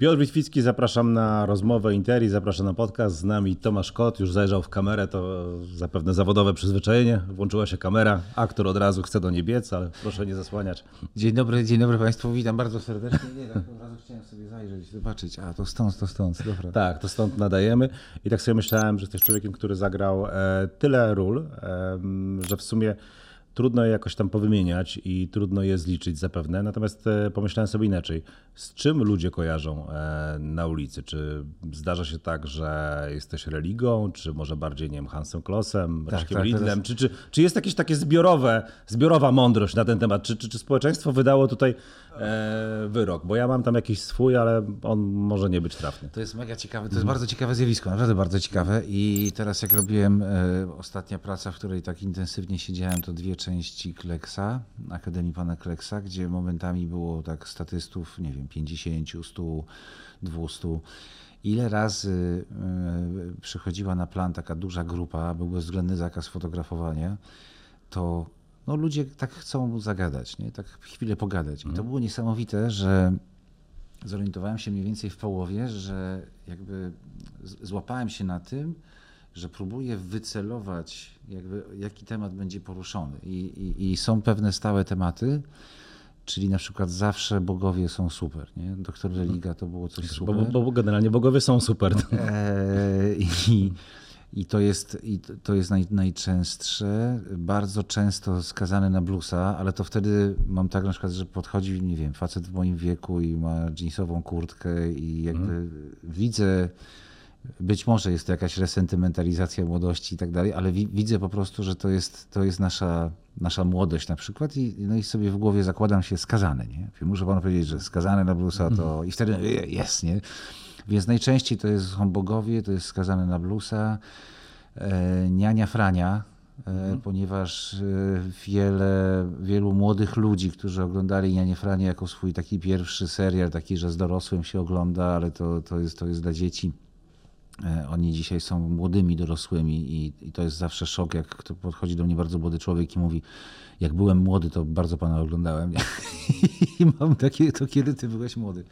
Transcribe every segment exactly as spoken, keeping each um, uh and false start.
Piotr Witwicki, zapraszam na rozmowę Interi, zapraszam na podcast. Z nami Tomasz Kot, już zajrzał w kamerę, to zapewne zawodowe przyzwyczajenie. Włączyła się kamera, aktor od razu chce do niej biec, ale proszę nie zasłaniać. Dzień dobry, dzień dobry Państwu, witam bardzo serdecznie. Nie, tak od razu chciałem sobie zajrzeć, zobaczyć, a to stąd, to stąd, dobra. Tak, to stąd nadajemy. I tak sobie myślałem, że jesteś człowiekiem, który zagrał e, tyle ról, e, że w sumie trudno je jakoś tam powymieniać i trudno je zliczyć zapewne. Natomiast pomyślałem sobie inaczej. Z czym ludzie kojarzą na ulicy? Czy zdarza się tak, że jesteś religą, czy może bardziej, nie wiem, Hansem Klossem, tak, Raszkiem tak, Lidlem? teraz... Czy, czy, czy jest jakieś takie zbiorowe, zbiorowa mądrość na ten temat? Czy, czy, czy społeczeństwo wydało tutaj e, wyrok? Bo ja mam tam jakiś swój, ale on może nie być trafny. To jest mega ciekawe, to jest bardzo ciekawe zjawisko, naprawdę bardzo ciekawe. I teraz jak robiłem e, ostatnia praca, w której tak intensywnie siedziałem, to dwie części Kleksa, Akademii Pana Kleksa, gdzie momentami było tak statystów, nie wiem, pięćdziesiąt, sto, dwieście. Ile razy y, przychodziła na plan taka duża grupa, był bezwzględny zakaz fotografowania, to no, ludzie tak chcą zagadać, nie? Tak chwilę pogadać. I to było niesamowite, że zorientowałem się mniej więcej w połowie, że jakby złapałem się na tym, że próbuję wycelować, jakby, jaki temat będzie poruszony. I, i, I są pewne stałe tematy, czyli na przykład zawsze bogowie są super. Nie? Doktor Religa to było coś super. Bo, bo generalnie bogowie są super. E, i, I to jest, i to jest naj, najczęstsze, bardzo często skazane na bluesa, ale to wtedy mam tak na przykład, że podchodzi, nie wiem, facet w moim wieku i ma jeansową kurtkę i jakby hmm. widzę, być może jest to jakaś resentymentalizacja młodości i tak dalej, ale wi- widzę po prostu, że to jest, to jest nasza, nasza młodość na przykład i, no i sobie w głowie zakładam się skazany. Nie? Muszę panu powiedzieć, że skazany na bluesa to mm. i wtedy jest, nie? Więc najczęściej to jest, są bogowie, to jest skazane na bluesa, e, niania Frania, e, mm. ponieważ e, wiele, wielu młodych ludzi, którzy oglądali Nianię Franię jako swój taki pierwszy serial, taki, że z dorosłym się ogląda, ale to, to, jest, to jest dla dzieci. Oni dzisiaj są młodymi dorosłymi i, i to jest zawsze szok, jak kto podchodzi do mnie bardzo młody człowiek i mówi, jak byłem młody, to bardzo pana oglądałem. I mam takie, to kiedy ty byłeś młody?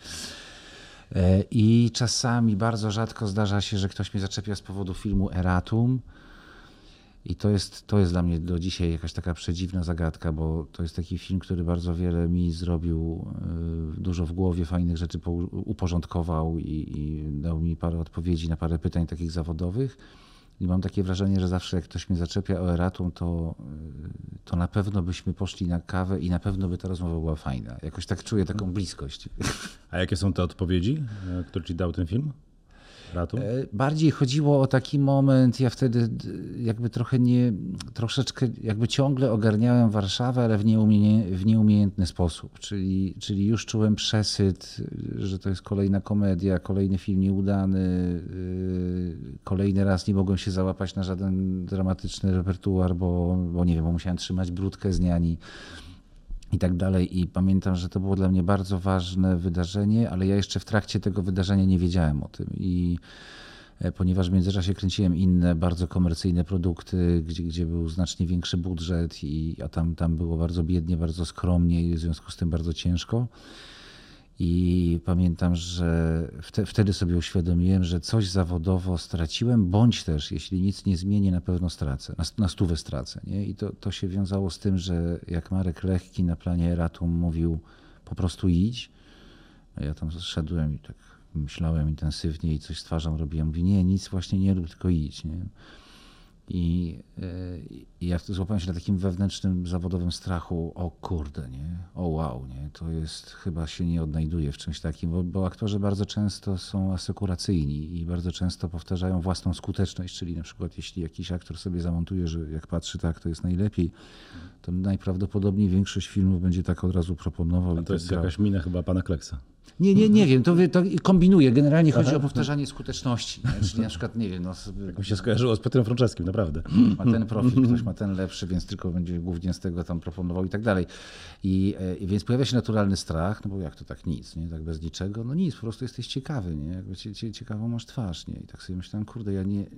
I czasami bardzo rzadko zdarza się, że ktoś mnie zaczepia z powodu filmu Eratum. I to jest, to jest dla mnie do dzisiaj jakaś taka przedziwna zagadka, bo to jest taki film, który bardzo wiele mi zrobił, dużo w głowie fajnych rzeczy uporządkował i, i dał mi parę odpowiedzi na parę pytań takich zawodowych. I mam takie wrażenie, że zawsze jak ktoś mnie zaczepia o Eratum, to, to na pewno byśmy poszli na kawę i na pewno by ta rozmowa była fajna. Jakoś tak czuję taką bliskość. A jakie są te odpowiedzi, które ci dał ten film? Ratum? Bardziej chodziło o taki moment, ja wtedy jakby trochę nie, troszeczkę jakby ciągle ogarniałem Warszawę, ale w, nieumie, w nieumiejętny sposób, czyli, czyli już czułem przesyt, że to jest kolejna komedia, kolejny film nieudany, kolejny raz nie mogłem się załapać na żaden dramatyczny repertuar, bo, bo nie wiem, bo musiałem trzymać brudkę z Niani i tak dalej. I pamiętam, że to było dla mnie bardzo ważne wydarzenie, ale ja jeszcze w trakcie tego wydarzenia nie wiedziałem o tym. I ponieważ w międzyczasie kręciłem inne bardzo komercyjne produkty, gdzie, gdzie był znacznie większy budżet, i, a tam, tam było bardzo biednie, bardzo skromnie i w związku z tym bardzo ciężko. I pamiętam, że wte, wtedy sobie uświadomiłem, że coś zawodowo straciłem, bądź też, jeśli nic nie zmienię, na pewno stracę, na, na stówę stracę. Nie? I to, to się wiązało z tym, że jak Marek Lechki na planie Eratum mówił, po prostu idź, a ja tam zszedłem i tak myślałem intensywnie i coś z twarzą robiłem. Mówi, nie, nic właśnie nie rób, tylko idź. Nie? I, I ja złapałem się na takim wewnętrznym, zawodowym strachu, o kurde, nie, o wow, nie, to jest, chyba się nie odnajduję w czymś takim, bo, bo aktorzy bardzo często są asekuracyjni i bardzo często powtarzają własną skuteczność, czyli na przykład jeśli jakiś aktor sobie zamontuje, że jak patrzy tak, to jest najlepiej, to najprawdopodobniej większość filmów będzie tak od razu proponował. A to jest jakaś mina chyba pana Kleksa. Nie, nie, nie wiem, to, to kombinuję. Generalnie chodzi Aha. o powtarzanie skuteczności. Nie? Czyli na przykład, nie wiem... No, jak mi się skojarzyło z Piotrem Frączewskim, naprawdę. Ma ten profil, ktoś ma ten lepszy, więc tylko będzie głównie z tego tam proponował i tak dalej. I, i więc pojawia się naturalny strach, no bo jak to tak nic, nie? Tak bez niczego? No nic, po prostu jesteś ciekawy, nie? Jakby cie, cie, ciekawą masz twarz, nie? I tak sobie myślałem, kurde, ja nie...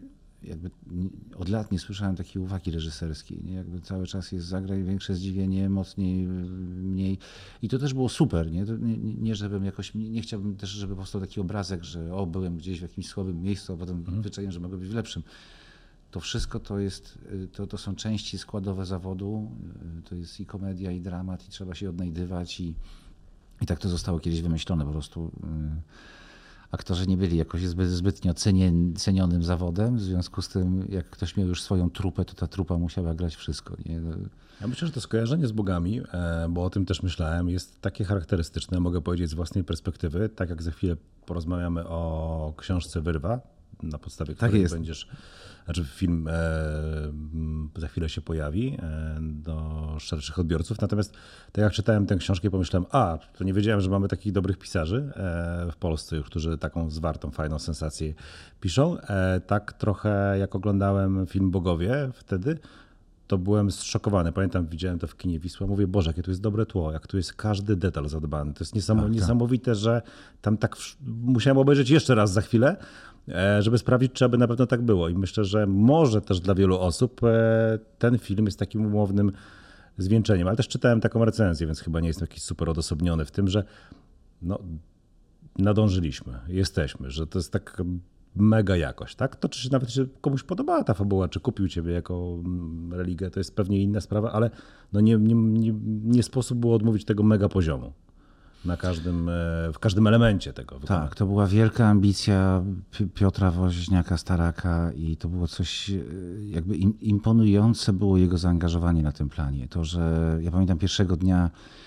jakby od lat nie słyszałem takiej uwagi reżyserskiej. Nie? Jakby cały czas jest zagraj, większe zdziwienie, mocniej, mniej. I to też było super. Nie, to nie, nie żebym jakoś, nie chciałbym też, żeby powstał taki obrazek, że o, byłem gdzieś w jakimś słabym miejscu, a potem mhm. wyczaiłem, że mogę być w lepszym. To wszystko to jest, to, to są części składowe zawodu. To jest i komedia, i dramat, i trzeba się odnajdywać. I, i tak to zostało kiedyś wymyślone po prostu. Aktorzy nie byli jakoś zbyt, zbytnio cenien, cenionym zawodem, w związku z tym jak ktoś miał już swoją trupę, to ta trupa musiała grać wszystko. Nie? Ja myślę, że to skojarzenie z bogami, bo o tym też myślałem, jest takie charakterystyczne, mogę powiedzieć z własnej perspektywy, tak jak za chwilę porozmawiamy o książce Wyrwa, na podstawie tak której jest. będziesz, znaczy film e, za chwilę się pojawi e, do szerszych odbiorców. Natomiast tak jak czytałem tę książkę, pomyślałem, a, to nie wiedziałem, że mamy takich dobrych pisarzy e, w Polsce już, którzy taką zwartą, fajną sensację piszą. E, tak trochę jak oglądałem film Bogowie wtedy, to byłem zszokowany. Pamiętam, widziałem to w kinie Wisła. Mówię, Boże, jakie tu jest dobre tło, jak tu jest każdy detal zadbany. To jest niesamo- tak, niesamowite, tak. że tam tak w... musiałem obejrzeć jeszcze raz za chwilę, żeby sprawdzić, czy aby na pewno tak było. I myślę, że może też dla wielu osób ten film jest takim umownym zwieńczeniem. Ale też czytałem taką recenzję, więc chyba nie jestem jakiś super odosobniony w tym, że no, nadążyliśmy, jesteśmy, że to jest tak mega jakość. Tak? To, czy się nawet się komuś podobała ta fabuła, czy kupił ciebie jako religię, to jest pewnie inna sprawa, ale no nie, nie, nie, nie sposób było odmówić tego mega poziomu. Na każdym, w każdym elemencie tego. Wykonania. Tak, to była wielka ambicja Piotra Woźniaka-Staraka i to było coś jakby imponujące było jego zaangażowanie na tym planie. To, że ja pamiętam pierwszego dnia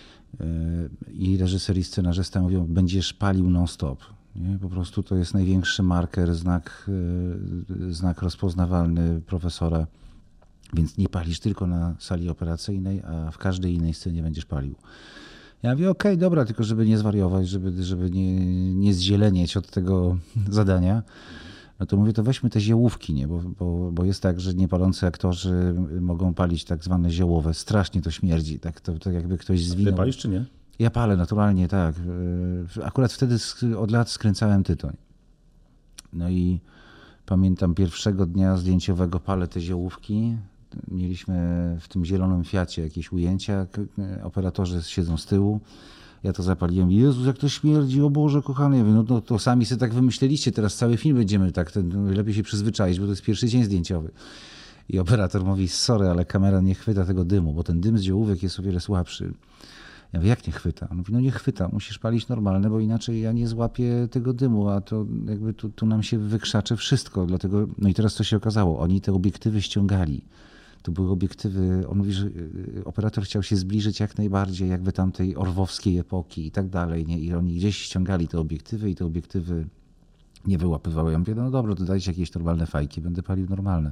i reżyser i scenarzysta mówią, będziesz palił non-stop. Nie? Po prostu to jest największy marker, znak, znak rozpoznawalny profesora, więc nie palisz tylko na sali operacyjnej, a w każdej innej scenie będziesz palił. Ja mówię, okej, okay, dobra, tylko żeby nie zwariować, żeby, żeby nie, nie zzielenieć od tego zadania, no to mówię, to weźmy te ziołówki, nie? Bo, bo, bo jest tak, że niepalący aktorzy mogą palić tak zwane ziołowe. Strasznie to śmierdzi, tak, to, to jakby ktoś zwinął. Ty palisz czy nie? Ja palę, naturalnie, tak. Akurat wtedy od lat skręcałem tytoń. No i pamiętam pierwszego dnia zdjęciowego palę te ziołówki. Mieliśmy w tym zielonym Fiacie jakieś ujęcia, operatorzy siedzą z tyłu, ja to zapaliłem, Jezus, jak to śmierdzi, o Boże kochany, ja mówię, no, no to sami sobie tak wymyśleliście, teraz cały film będziemy tak, ten, lepiej się przyzwyczaić, bo to jest pierwszy dzień zdjęciowy. I operator mówi, sorry, ale kamera nie chwyta tego dymu, bo ten dym z ziołówek jest o wiele słabszy. Ja mówię, jak nie chwyta? On mówi, no nie chwyta, musisz palić normalne, bo inaczej ja nie złapię tego dymu, a to jakby tu, tu nam się wykrzaczy wszystko, dlatego, no i teraz co się okazało, oni te obiektywy ściągali. To były obiektywy, on mówi, że operator chciał się zbliżyć jak najbardziej jakby tamtej orwowskiej epoki i tak dalej. Nie? I oni gdzieś ściągali te obiektywy i te obiektywy nie wyłapywały. Ja mówię, no dobra, to dajcie jakieś normalne fajki, będę palił normalne.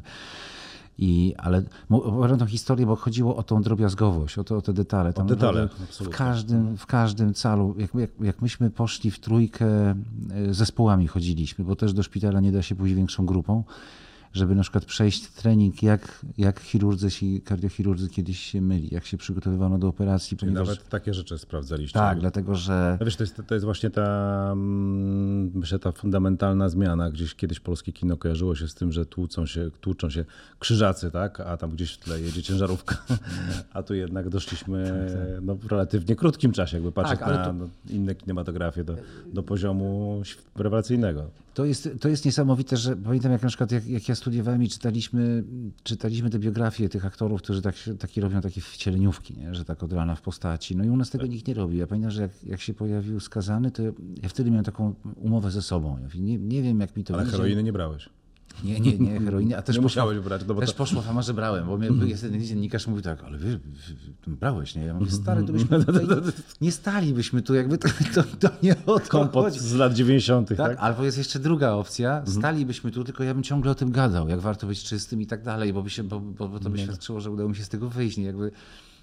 I, ale opowiadam tą historię, bo chodziło o tą drobiazgowość, o, to, o te detale. Tam o detale, w każdym, w każdym calu, jak, jak, jak myśmy poszli w trójkę, zespołami chodziliśmy, bo też do szpitala nie da się pójść większą grupą, żeby na przykład przejść trening, jak, jak chirurdzy i kardiochirurdzy kiedyś się myli, jak się przygotowywano do operacji. Czyli ponieważ... nawet takie rzeczy sprawdzaliście. Tak, dlatego że... No wiesz, to jest, to jest właśnie ta, myślę, ta fundamentalna zmiana. Gdzieś kiedyś polskie kino kojarzyło się z tym, że tłuczą się, tłuczą się krzyżacy, tak? A tam gdzieś w tle jedzie ciężarówka. A tu jednak doszliśmy no, w relatywnie krótkim czasie, jakby patrzeć tak, na to... no, inne kinematografie do, do poziomu rewelacyjnego. To jest, to jest niesamowite, że pamiętam jak na przykład jak, jak ja studiowałem i czytaliśmy, czytaliśmy te biografie tych aktorów, którzy tak, taki robią takie wcieleniówki, nie? Że tak od rana w postaci. No i u nas tego nikt nie robił. Ja pamiętam, że jak, jak się pojawił Skazany, to ja wtedy miałem taką umowę ze sobą. Ja nie, nie wiem jak mi to Ale idzie. heroiny nie brałeś. Nie, nie, nie, heroiny. A też nie poszła, musiałeś brać. No bo też to... poszła fama, że brałem, bo mnie, jest ten dziennikarz mówi tak, ale wy, wy brałeś, nie? Ja mówię, stary, to byśmy tutaj, nie stalibyśmy tu, jakby to, to, to nie o to Kompot chodzi. z lat dziewięćdziesiątych, tak? tak? Albo jest jeszcze druga opcja, stalibyśmy tu, tylko ja bym ciągle o tym gadał, jak warto być czystym i tak dalej, bo, by się, bo, bo, bo to by świadczyło, że udało mi się z tego wyjść, nie? Jakby...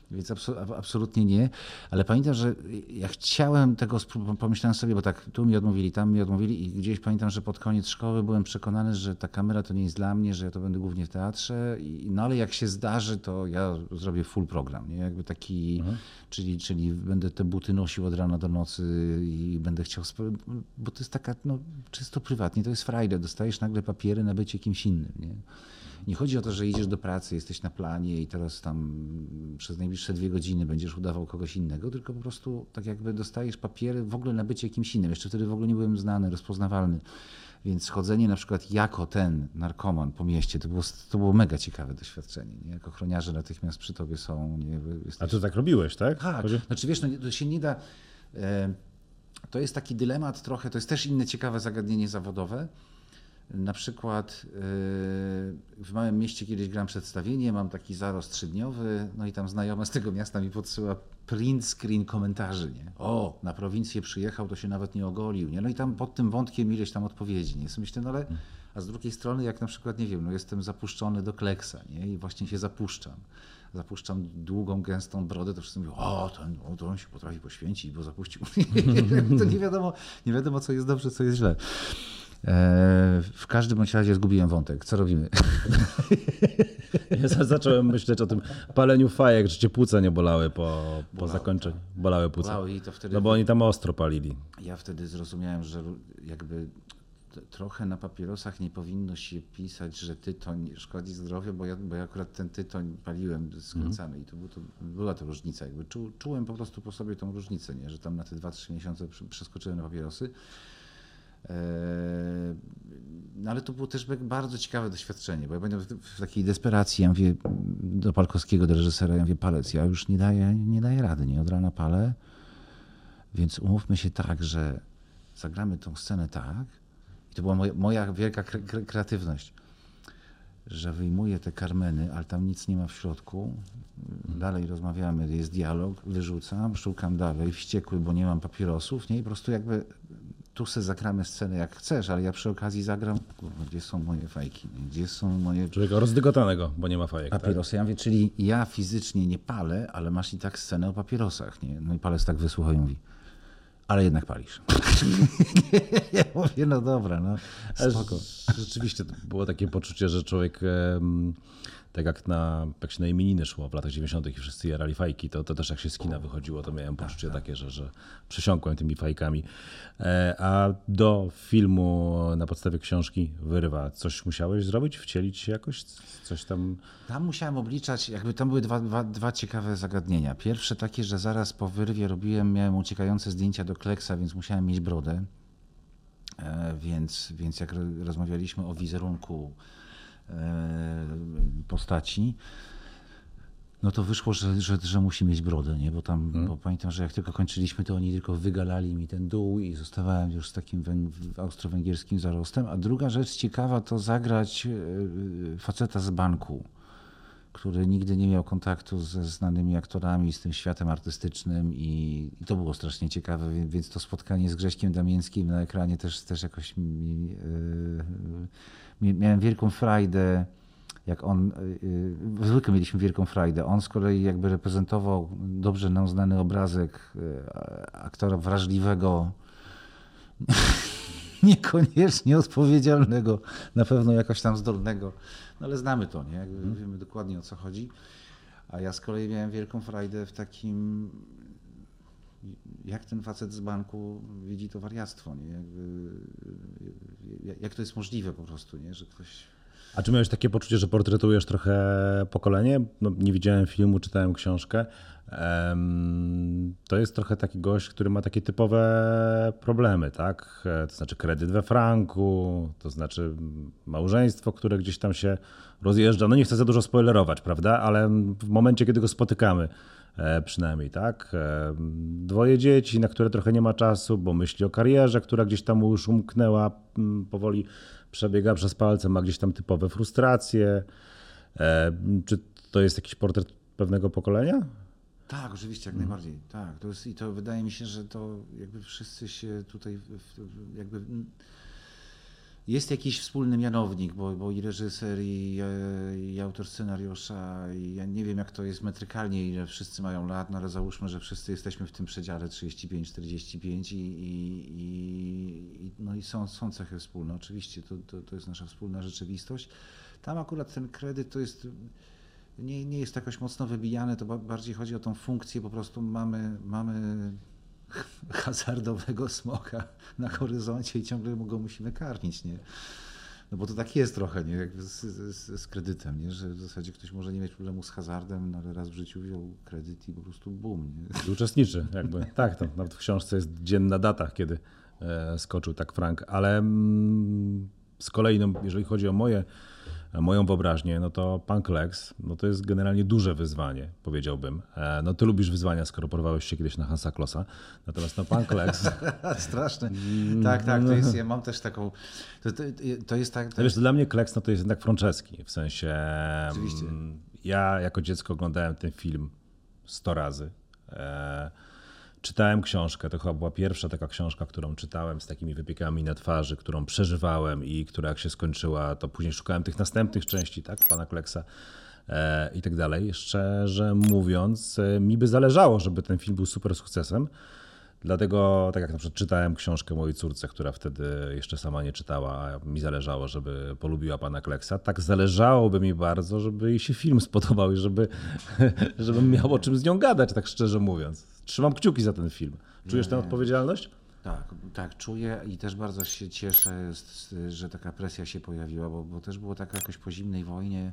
Więc abso- absolutnie nie, ale pamiętam, że ja chciałem tego, spró- pomyślałem sobie, bo tak tu mi odmówili, tam mi odmówili i gdzieś pamiętam, że pod koniec szkoły byłem przekonany, że ta kamera to nie jest dla mnie, że ja to będę głównie w teatrze, i, no ale jak się zdarzy, to ja zrobię full program, nie? Jakby taki, mhm. czyli, czyli będę te buty nosił od rana do nocy i będę chciał, sp- bo to jest taka no, czysto prywatnie, to jest frajda, dostajesz nagle papiery na bycie kimś innym, nie? Nie chodzi o to, że idziesz do pracy, jesteś na planie i teraz tam przez najbliższe dwie godziny będziesz udawał kogoś innego, tylko po prostu tak jakby dostajesz papiery w ogóle na bycie kimś innym. Jeszcze wtedy w ogóle nie byłem znany, rozpoznawalny. Więc chodzenie na przykład jako ten narkoman po mieście, to było, to było mega ciekawe doświadczenie. Nie? Jak ochroniarze natychmiast przy tobie są. Nie? Jesteś... A ty tak robiłeś, tak? Tak, Chodzi? znaczy wiesz, no, to się nie da... E, to jest taki dylemat trochę, to jest też inne ciekawe zagadnienie zawodowe. Na przykład w małym mieście kiedyś gram przedstawienie, mam taki zarost trzydniowy, no i tam znajoma z tego miasta mi podsyła print screen komentarzy, nie? O, na prowincję przyjechał, to się nawet nie ogolił, nie? No i tam pod tym wątkiem ileś tam odpowiedzi, nie? So myślę, no ale, a z drugiej strony jak na przykład, nie wiem, no jestem zapuszczony do kleksa, nie? I właśnie się zapuszczam. Zapuszczam długą, gęstą brodę, to wszyscy mówią, o, to, o, to on się potrafi poświęcić, bo zapuścił. To nie wiadomo, nie wiadomo, co jest dobrze, co jest źle. W każdym bądź razie zgubiłem wątek. Co robimy? Ja zacząłem myśleć o tym paleniu fajek, że cię płuca nie bolały po, po Bolały, zakończeniu. tak. Bolały płuca. Bolały i to wtedy... No bo oni tam ostro palili. Ja wtedy zrozumiałem, że jakby trochę na papierosach nie powinno się pisać, że tytoń szkodzi zdrowiu, bo ja, bo ja akurat ten tytoń paliłem skręcany mm. i to, był, to była to różnica. Jakby czu, czułem po prostu po sobie tą różnicę, nie? Że tam na te dwa trzy miesiące przeskoczyłem na papierosy. No ale to było też bardzo ciekawe doświadczenie, bo ja będę w takiej desperacji, ja mówię do Palkowskiego, do reżysera, ja mówię, Palec, ja już nie daję, nie daję rady, nie, od rana palę, więc umówmy się tak, że zagramy tą scenę tak, i to była moja, moja wielka kre- kreatywność, że wyjmuję te Carmeny, ale tam nic nie ma w środku, dalej rozmawiamy, jest dialog, wyrzucam, szukam dalej, wściekły, bo nie mam papierosów, nie, i po prostu jakby tu se zagramy scenę jak chcesz, ale ja przy okazji zagram, kurwa, gdzie są moje fajki, gdzie są moje... Człowieka rozdygotanego, bo nie ma fajek. Papierosy. Tak? Ja mówię, czyli ja fizycznie nie palę, ale masz i tak scenę o papierosach, nie? No i Palec tak wysłuchał i mówi, ale jednak palisz. Ja mówię, no dobra, no spoko. Rzeczywiście to było takie poczucie, że człowiek, tak jak, na, jak się na imieniny szło w latach dziewięćdziesiątych i wszyscy jarali fajki, to, to też jak się z kina wychodziło, to miałem poczucie tak, tak. takie, że, że przysiąkłem tymi fajkami. A do filmu na podstawie książki Wyrywa, coś musiałeś zrobić? Wcielić się jakoś? Coś tam? Tam musiałem obliczać, jakby tam były dwa, dwa, dwa ciekawe zagadnienia. Pierwsze takie, że zaraz po Wyrwie robiłem, miałem uciekające zdjęcia do Kleksa, więc musiałem mieć brodę. Więc, więc jak rozmawialiśmy o wizerunku postaci, no to wyszło, że, że, że musi mieć brodę, nie? Bo tam, hmm. bo pamiętam, że jak tylko kończyliśmy, to oni tylko wygalali mi ten dół i zostawałem już z takim węg- austro-węgierskim zarostem. A druga rzecz ciekawa to zagrać faceta z banku, który nigdy nie miał kontaktu ze znanymi aktorami, z tym światem artystycznym i, i to było strasznie ciekawe, więc, więc to spotkanie z Grześkiem Damińskim na ekranie też, też jakoś mi, yy, miałem wielką frajdę, jak on, yy, zwykle mieliśmy wielką frajdę, on z kolei jakby reprezentował dobrze nam znany obrazek yy, aktora wrażliwego, niekoniecznie odpowiedzialnego, na pewno jakoś tam zdolnego, no ale znamy to, nie? Jakby hmm. wiemy dokładnie, o co chodzi. A ja z kolei miałem wielką frajdę w takim, jak ten facet z banku widzi to wariactwo, nie? Jakby, jak to jest możliwe po prostu, nie? Że ktoś... A czy miałeś takie poczucie, że portretujesz trochę pokolenie? No, nie widziałem filmu, czytałem książkę. To jest trochę taki gość, który ma takie typowe problemy, tak? To znaczy kredyt we franku, to znaczy małżeństwo, które gdzieś tam się rozjeżdża. No nie chcę za dużo spoilerować, prawda? Ale w momencie, kiedy go spotykamy, przynajmniej, tak? Dwoje dzieci, na które trochę nie ma czasu, bo myśli o karierze, która gdzieś tam mu już umknęła, powoli przebiega przez palce, ma gdzieś tam typowe frustracje. Czy to jest jakiś portret pewnego pokolenia? Tak, oczywiście, jak hmm. najbardziej. Tak, to jest, i to wydaje mi się, że to jakby wszyscy się tutaj jakby jest jakiś wspólny mianownik, bo, bo i reżyser, i, i autor scenariusza, i ja nie wiem jak to jest metrykalnie, ile wszyscy mają lat, no ale załóżmy, że wszyscy jesteśmy w tym przedziale trzydzieści pięć czterdzieści pięć i, i, i, no i są, są cechy wspólne. Oczywiście to, to, to jest nasza wspólna rzeczywistość. Tam akurat ten kredyt to jest, nie, nie jest jakoś mocno wybijane, to bardziej chodzi o tą funkcję, po prostu mamy, mamy hazardowego smoka na horyzoncie i ciągle go musimy karmić, nie? No bo to tak jest trochę, nie? Jakby z, z, z kredytem, nie? Że w zasadzie ktoś może nie mieć problemu z hazardem, no ale raz w życiu wziął kredyt i po prostu bum, nie? I uczestniczy jakby. Tak, to nawet w książce jest dzienna data, kiedy e, skoczył tak frank, ale mm, z kolei, no, jeżeli chodzi o moje moją wyobraźnię, no to Punk Lex, no to jest generalnie duże wyzwanie, powiedziałbym. No ty lubisz wyzwania, skoro porwałeś się kiedyś na Hansa Klossa, natomiast no Punk Lex... Straszne. Tak, tak, to jest, ja mam też taką, to, to, to jest tak... To wiesz, dla mnie Kleks, no to jest jednak Franceski, w sensie... Oczywiście. Ja jako dziecko oglądałem ten film sto razy. E, Czytałem książkę, to chyba była pierwsza taka książka, którą czytałem z takimi wypiekami na twarzy, którą przeżywałem i która jak się skończyła, to później szukałem tych następnych części, tak, pana Kleksa e, i tak dalej. Szczerze mówiąc, e, mi by zależało, żeby ten film był super sukcesem, dlatego tak jak na przykład czytałem książkę mojej córce, która wtedy jeszcze sama nie czytała, a mi zależało, żeby polubiła pana Kleksa, tak zależałoby mi bardzo, żeby jej się film spodobał i żeby, żebym miał o czym z nią gadać, tak szczerze mówiąc. Trzymam kciuki za ten film. Czujesz tę odpowiedzialność? Tak, tak, czuję i też bardzo się cieszę, że taka presja się pojawiła, bo, bo też było tak jakoś po zimnej wojnie.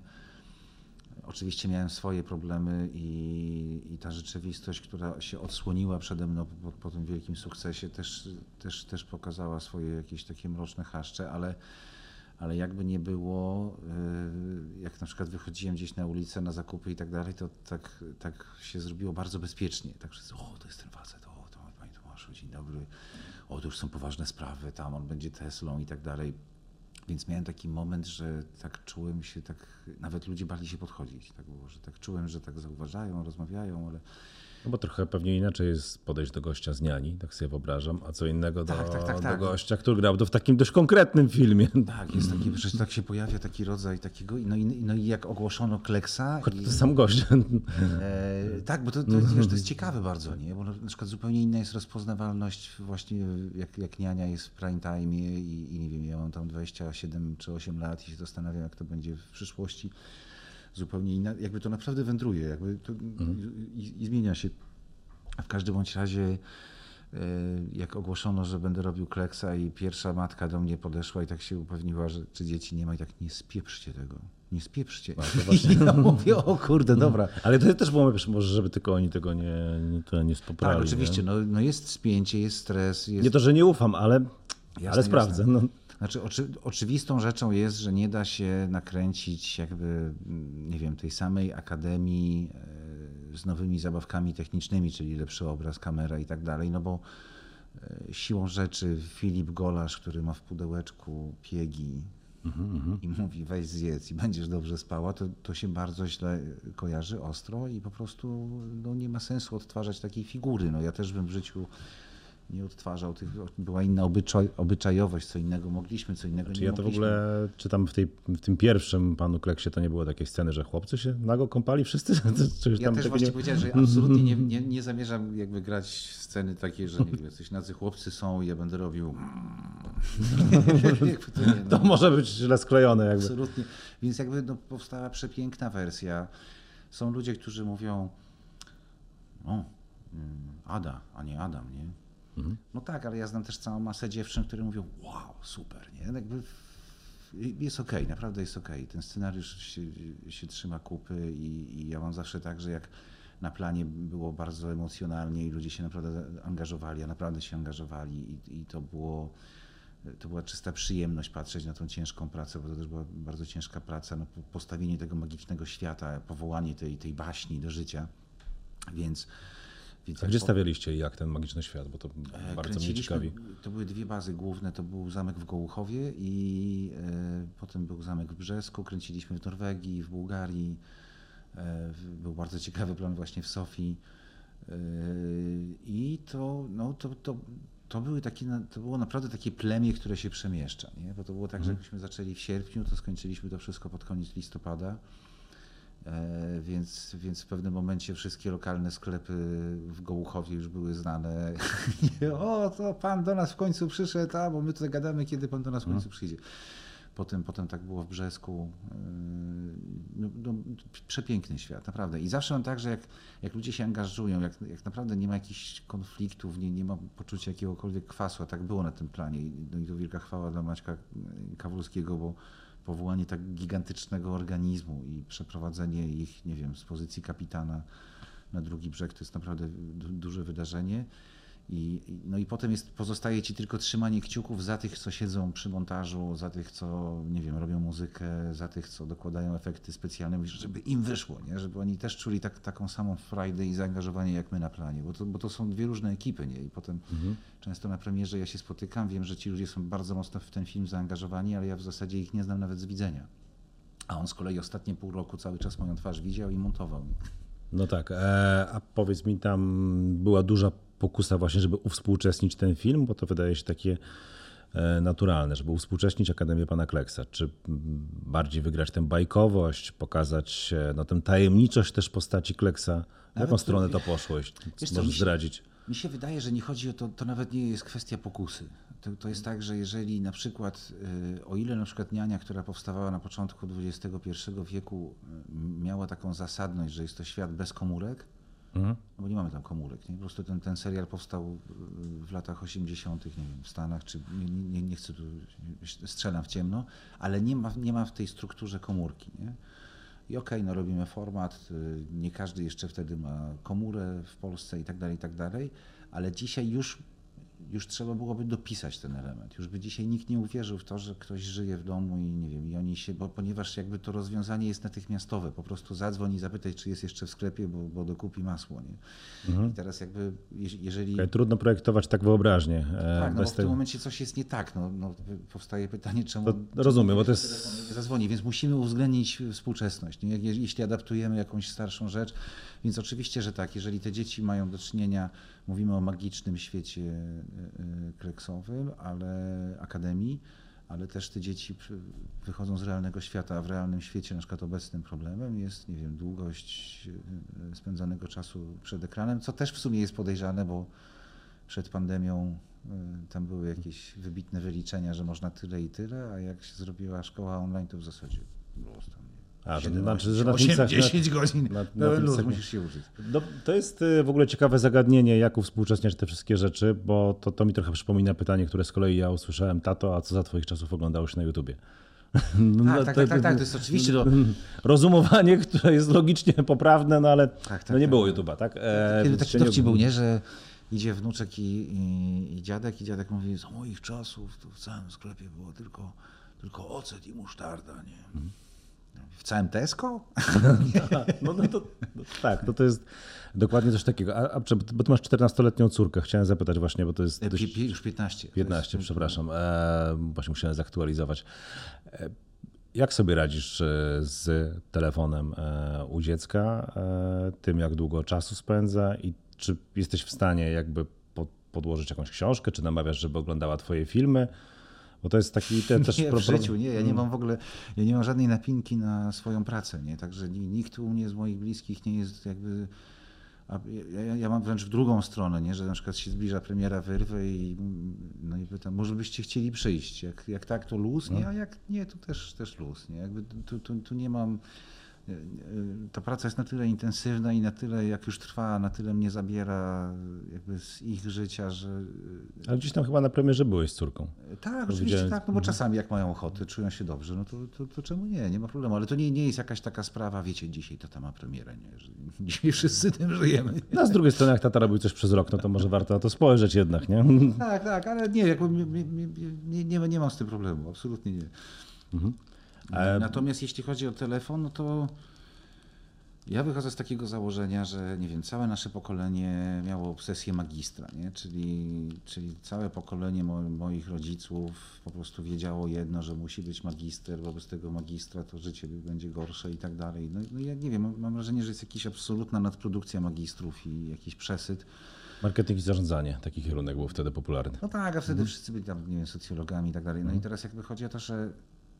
Oczywiście miałem swoje problemy i, i ta rzeczywistość, która się odsłoniła przede mną po, po tym wielkim sukcesie, też, też, też pokazała swoje jakieś takie mroczne chaszcze, ale, ale jakby nie było, jak na przykład wychodziłem gdzieś na ulicę na zakupy i tak dalej, to tak, tak się zrobiło bardzo bezpiecznie. Tak wszyscy, o, to jest ten facet, o, to panie Tomaszu, dzień dobry, o, to już są poważne sprawy, tam on będzie Teslą i tak dalej. Więc miałem taki moment, że tak czułem się, tak nawet ludzie bali się podchodzić. Tak było, że tak czułem, że tak zauważają, rozmawiają, ale... No bo trochę pewnie inaczej jest podejść do gościa z Niani, tak sobie wyobrażam, a co innego do, tak, tak, tak, tak. do gościa, który grał w takim dość konkretnym filmie. Tak, jest taki, przecież tak się pojawia taki rodzaj takiego, no i, no i jak ogłoszono Kleksa... To i, to sam gość. E, tak, bo to, to, wiesz, to jest ciekawe bardzo, nie? Bo na przykład zupełnie inna jest rozpoznawalność właśnie jak, jak Niania jest w prime time i, i nie wiem, ja mam tam dwadzieścia siedem czy osiem lat i się zastanawiam, jak to będzie w przyszłości. Zupełnie inna, jakby to naprawdę wędruje, jakby to mhm. i, i zmienia się. A w każdym bądź razie jak ogłoszono, że będę robił Kleksa i pierwsza matka do mnie podeszła i tak się upewniła, że czy dzieci nie ma i tak nie spieprzcie tego, nie spieprzcie. A, to właśnie... I ja mówię, o kurde, dobra. Ale to też było, wiesz, może żeby tylko oni tego nie, to nie spoprali. Tak, oczywiście, nie? No, no jest spięcie, jest stres. Jest... Nie to, że nie ufam, ale, jasne, ale sprawdzę. No. Znaczy, oczy, oczywistą rzeczą jest, że nie da się nakręcić jakby, nie wiem, tej samej akademii z nowymi zabawkami technicznymi, czyli lepszy obraz, kamera i tak dalej, no bo siłą rzeczy Filip Golasz, który ma w pudełeczku piegi mm-hmm. i mówi weź zjedz i będziesz dobrze spała, to, to się bardzo źle kojarzy, ostro i po prostu no, nie ma sensu odtwarzać takiej figury. No, ja też bym w życiu nie odtwarzał tych, była inna obyczaj, obyczajowość, co innego mogliśmy, co innego Czy nie ja mogliśmy. to w ogóle czytam w, tej, w tym pierwszym panu Kleksie, to nie było takiej sceny, że chłopcy się nago kąpali wszyscy? Czy już ja tam też właśnie nie... powiedziałem, że absolutnie nie, nie, nie zamierzam jakby grać sceny takie, że nie wiem, coś nadzy chłopcy są i ja będę robił to, nie, no. To może być źle sklejone jakby. Absolutnie, więc jakby no, powstała przepiękna wersja. Są ludzie, którzy mówią o, Ada, a nie Adam, nie? No tak, ale ja znam też całą masę dziewczyn, które mówią wow, super, nie? Jakby jest okej, okay, naprawdę jest okej. Okay. Ten scenariusz się, się trzyma kupy i, i ja mam zawsze tak, że jak na planie było bardzo emocjonalnie i ludzie się naprawdę angażowali, a naprawdę się angażowali i, i to było, to była czysta przyjemność patrzeć na tą ciężką pracę, bo to też była bardzo ciężka praca, no, postawienie tego magicznego świata, powołanie tej, tej baśni do życia, więc Więc A gdzie stawialiście i jak ten magiczny świat, bo to bardzo mnie ciekawi. To były dwie bazy główne, to był zamek w Gołuchowie i e, potem był zamek w Brzesku, kręciliśmy w Norwegii, w Bułgarii, e, był bardzo ciekawy plan właśnie w Sofii e, i to, no, to, to to, były takie, to było naprawdę takie plemię, które się przemieszcza. Nie? Bo to było tak, że jakbyśmy zaczęli w sierpniu, to skończyliśmy to wszystko pod koniec listopada. E, więc, więc w pewnym momencie wszystkie lokalne sklepy w Gołuchowie już były znane. O, to pan do nas w końcu przyszedł, a bo my tutaj gadamy, kiedy pan do nas w końcu przyjdzie. Potem, potem tak było w Brzesku. No, no, przepiękny świat, naprawdę. I zawsze mam tak, że jak, jak ludzie się angażują, jak, jak naprawdę nie ma jakichś konfliktów, nie, nie ma poczucia jakiegokolwiek kwasu, a tak było na tym planie. No i to wielka chwała dla Maćka Kawulskiego, bo powołanie tak gigantycznego organizmu i przeprowadzenie ich, nie wiem, z pozycji kapitana na drugi brzeg to jest naprawdę du- duże wydarzenie. I, no i potem jest, pozostaje ci tylko trzymanie kciuków za tych, co siedzą przy montażu, za tych, co, nie wiem, robią muzykę, za tych, co dokładają efekty specjalne, żeby im wyszło, nie? Żeby oni też czuli tak, taką samą frajdę i zaangażowanie jak my na planie, bo to, bo to są dwie różne ekipy, nie? I potem mhm. często na premierze ja się spotykam, wiem, że ci ludzie są bardzo mocno w ten film zaangażowani, ale ja w zasadzie ich nie znam nawet z widzenia. A on z kolei ostatnie pół roku cały czas moją twarz widział i montował. Nie? No tak, e, a powiedz mi, tam była duża pokusa właśnie, żeby uwspółcześnić ten film, bo to wydaje się takie naturalne, żeby uwspółcześnić Akademię Pana Kleksa. Czy bardziej wygrać tę bajkowość, pokazać no, tę tajemniczość też postaci Kleksa? W jaką stronę to poszło? Możesz zdradzić? Mi się wydaje, że nie chodzi o to, to nawet nie jest kwestia pokusy. To, to jest tak, że jeżeli na przykład, o ile na przykład Niania, która powstawała na początku dwudziestego pierwszego wieku, miała taką zasadność, że jest to świat bez komórek, mhm. no bo nie mamy tam komórek, nie? Po prostu ten, ten serial powstał w latach osiemdziesiątych, nie wiem, w Stanach, czy nie, nie, nie chcę tu, strzelam w ciemno, ale nie ma, nie ma w tej strukturze komórki, nie? I okej, okay, no robimy format, nie każdy jeszcze wtedy ma komórę w Polsce i tak dalej, i tak dalej, ale dzisiaj już, już trzeba byłoby dopisać ten element. Już by dzisiaj nikt nie uwierzył w to, że ktoś żyje w domu i nie wiem, i oni się, bo ponieważ jakby to rozwiązanie jest natychmiastowe, po prostu zadzwoń i zapytaj, czy jest jeszcze w sklepie, bo, bo dokupi masło, nie? Mhm. I teraz jakby, jeżeli... Okay, trudno projektować tak wyobraźnie. Tak, no bo w tym momencie coś jest nie tak, no, no powstaje pytanie, czemu... To rozumiem, bo to jest... Nie zadzwoni, więc musimy uwzględnić współczesność, nie? Jeśli adaptujemy jakąś starszą rzecz, więc oczywiście, że tak, jeżeli te dzieci mają do czynienia, mówimy o magicznym świecie kleksowym, ale akademii, ale też te dzieci wychodzą z realnego świata, a w realnym świecie na przykład obecnym problemem jest, nie wiem, długość spędzanego czasu przed ekranem, co też w sumie jest podejrzane, bo przed pandemią tam były jakieś wybitne wyliczenia, że można tyle i tyle, a jak się zrobiła szkoła online, to w zasadzie było tam A, to znaczy, że na osiem, dziesięć godzin na, na luz, musisz się uczyć. No, to jest w ogóle ciekawe zagadnienie, jak uwspółcześniać te wszystkie rzeczy, bo to, to mi trochę przypomina pytanie, które z kolei ja usłyszałem: tato, a co za twoich czasów oglądało się na YouTubie? No, tak, tak, tak, tak, to jest oczywiście to... rozumowanie, które jest logicznie poprawne, no ale tak, tak, no nie tak, było YouTube'a, tak? E, Kiedy taki dowcip był, nie, że idzie wnuczek i, i, i dziadek i dziadek mówi: za moich czasów to w całym sklepie było tylko, tylko ocet i musztarda, nie? Hmm. W całym Tesco? No, no to, no, tak, to, to jest dokładnie coś takiego. A, a, bo ty masz czternastoletnią córkę, chciałem zapytać właśnie, bo to jest... E, dość... Już piętnaście. piętnaście, jest... przepraszam. E, właśnie musiałem zaktualizować. E, jak sobie radzisz z telefonem e, u dziecka, e, tym jak długo czasu spędza i czy jesteś w stanie jakby pod, podłożyć jakąś książkę, czy namawiasz, żeby oglądała twoje filmy? Bo to jest taki ten też nie, w życiu, nie, ja nie mam w ogóle, ja nie mam żadnej napinki na swoją pracę, nie, także nikt u mnie z moich bliskich nie jest jakby, a ja, ja mam wręcz w drugą stronę, nie, że na przykład się zbliża premiera Wyrwy i no i pytam, może byście chcieli przyjść, jak, jak tak to luz, nie, a jak nie, to też, też luz, nie, jakby tu, tu, tu nie mam, ta praca jest na tyle intensywna i na tyle, jak już trwa, na tyle mnie zabiera jakby z ich życia, że... Ale gdzieś tam chyba na premierze byłeś z córką. Tak, oczywiście tak, no bo czasami jak mają ochotę, czują się dobrze, no to, to, to czemu nie, nie ma problemu, ale to nie, nie jest jakaś taka sprawa, wiecie, dzisiaj tata ma premierę, nie, że dzisiaj wszyscy tym żyjemy. No a z drugiej strony, jak tata robił coś przez rok, no to może warto na to spojrzeć jednak, nie? Tak, tak, ale nie, jakby nie, nie, nie, nie, nie mam z tym problemu, absolutnie nie. Mhm. Natomiast jeśli chodzi o telefon, no to ja wychodzę z takiego założenia, że nie wiem, całe nasze pokolenie miało obsesję magistra, nie? Czyli, czyli całe pokolenie mo- moich rodziców po prostu wiedziało jedno, że musi być magister, wobec tego magistra to życie będzie gorsze i tak dalej. No, no ja nie wiem, mam, mam wrażenie, że jest jakaś absolutna nadprodukcja magistrów i jakiś przesyt. Marketing i zarządzanie, taki kierunek był wtedy popularny. No tak, a wtedy mhm. wszyscy byli tam, nie wiem, socjologami i tak dalej. No mhm. i teraz jakby chodzi o to, że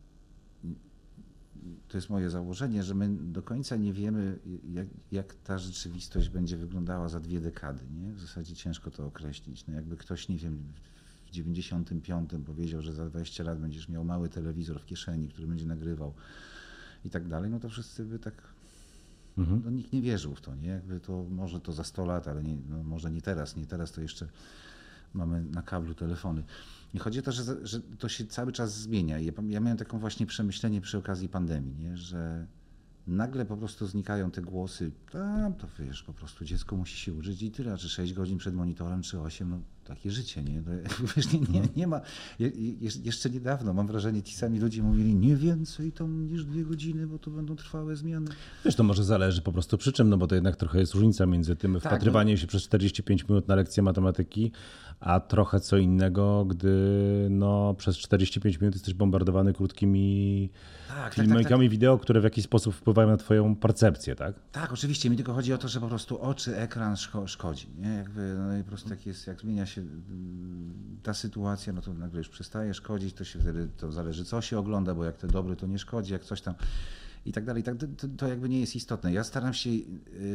to jest moje założenie, że my do końca nie wiemy, jak, jak ta rzeczywistość będzie wyglądała za dwie dekady. Nie? W zasadzie ciężko to określić. No jakby ktoś, nie wiem, w dziewięćdziesiątym piątym powiedział, że za dwadzieścia lat będziesz miał mały telewizor w kieszeni, który będzie nagrywał i tak dalej, no to wszyscy by tak, mhm. no nikt nie wierzył w to. Nie? Jakby to może to za sto lat, ale nie, no może nie teraz. Nie teraz to jeszcze mamy na kablu telefony. I chodzi o to, że, że to się cały czas zmienia. Ja, ja miałem taką właśnie przemyślenie przy okazji pandemii, nie? Że nagle po prostu znikają te głosy, tam to wiesz, po prostu dziecko musi się uczyć i tyle, czy sześć godzin przed monitorem, czy osiem, no takie życie, nie? To, wiesz, nie, nie, nie ma, je, jeszcze niedawno mam wrażenie, ci sami ludzie mówili, nie więcej tam niż dwie godziny, bo to będą trwałe zmiany. Wiesz, to może zależy po prostu przy czym, no bo to jednak trochę jest różnica między tym wpatrywaniem tak, no. się przez czterdzieści pięć minut na lekcję matematyki, a trochę co innego, gdy no, przez czterdzieści pięć minut jesteś bombardowany krótkimi tak, filmikami tak, tak, tak. wideo, które w jakiś sposób wpływają na twoją percepcję, tak? Tak, oczywiście. Mi tylko chodzi o to, że po prostu oczy, ekran szko- szkodzi. Nie? Jakby, no i po prostu tak jest, jak zmienia się ta sytuacja, no to nagle już przestaje szkodzić, to się wtedy to zależy co się ogląda, bo jak to dobre, to nie szkodzi, jak coś tam i tak dalej. Tak, to, to jakby nie jest istotne. Ja staram się... Yy,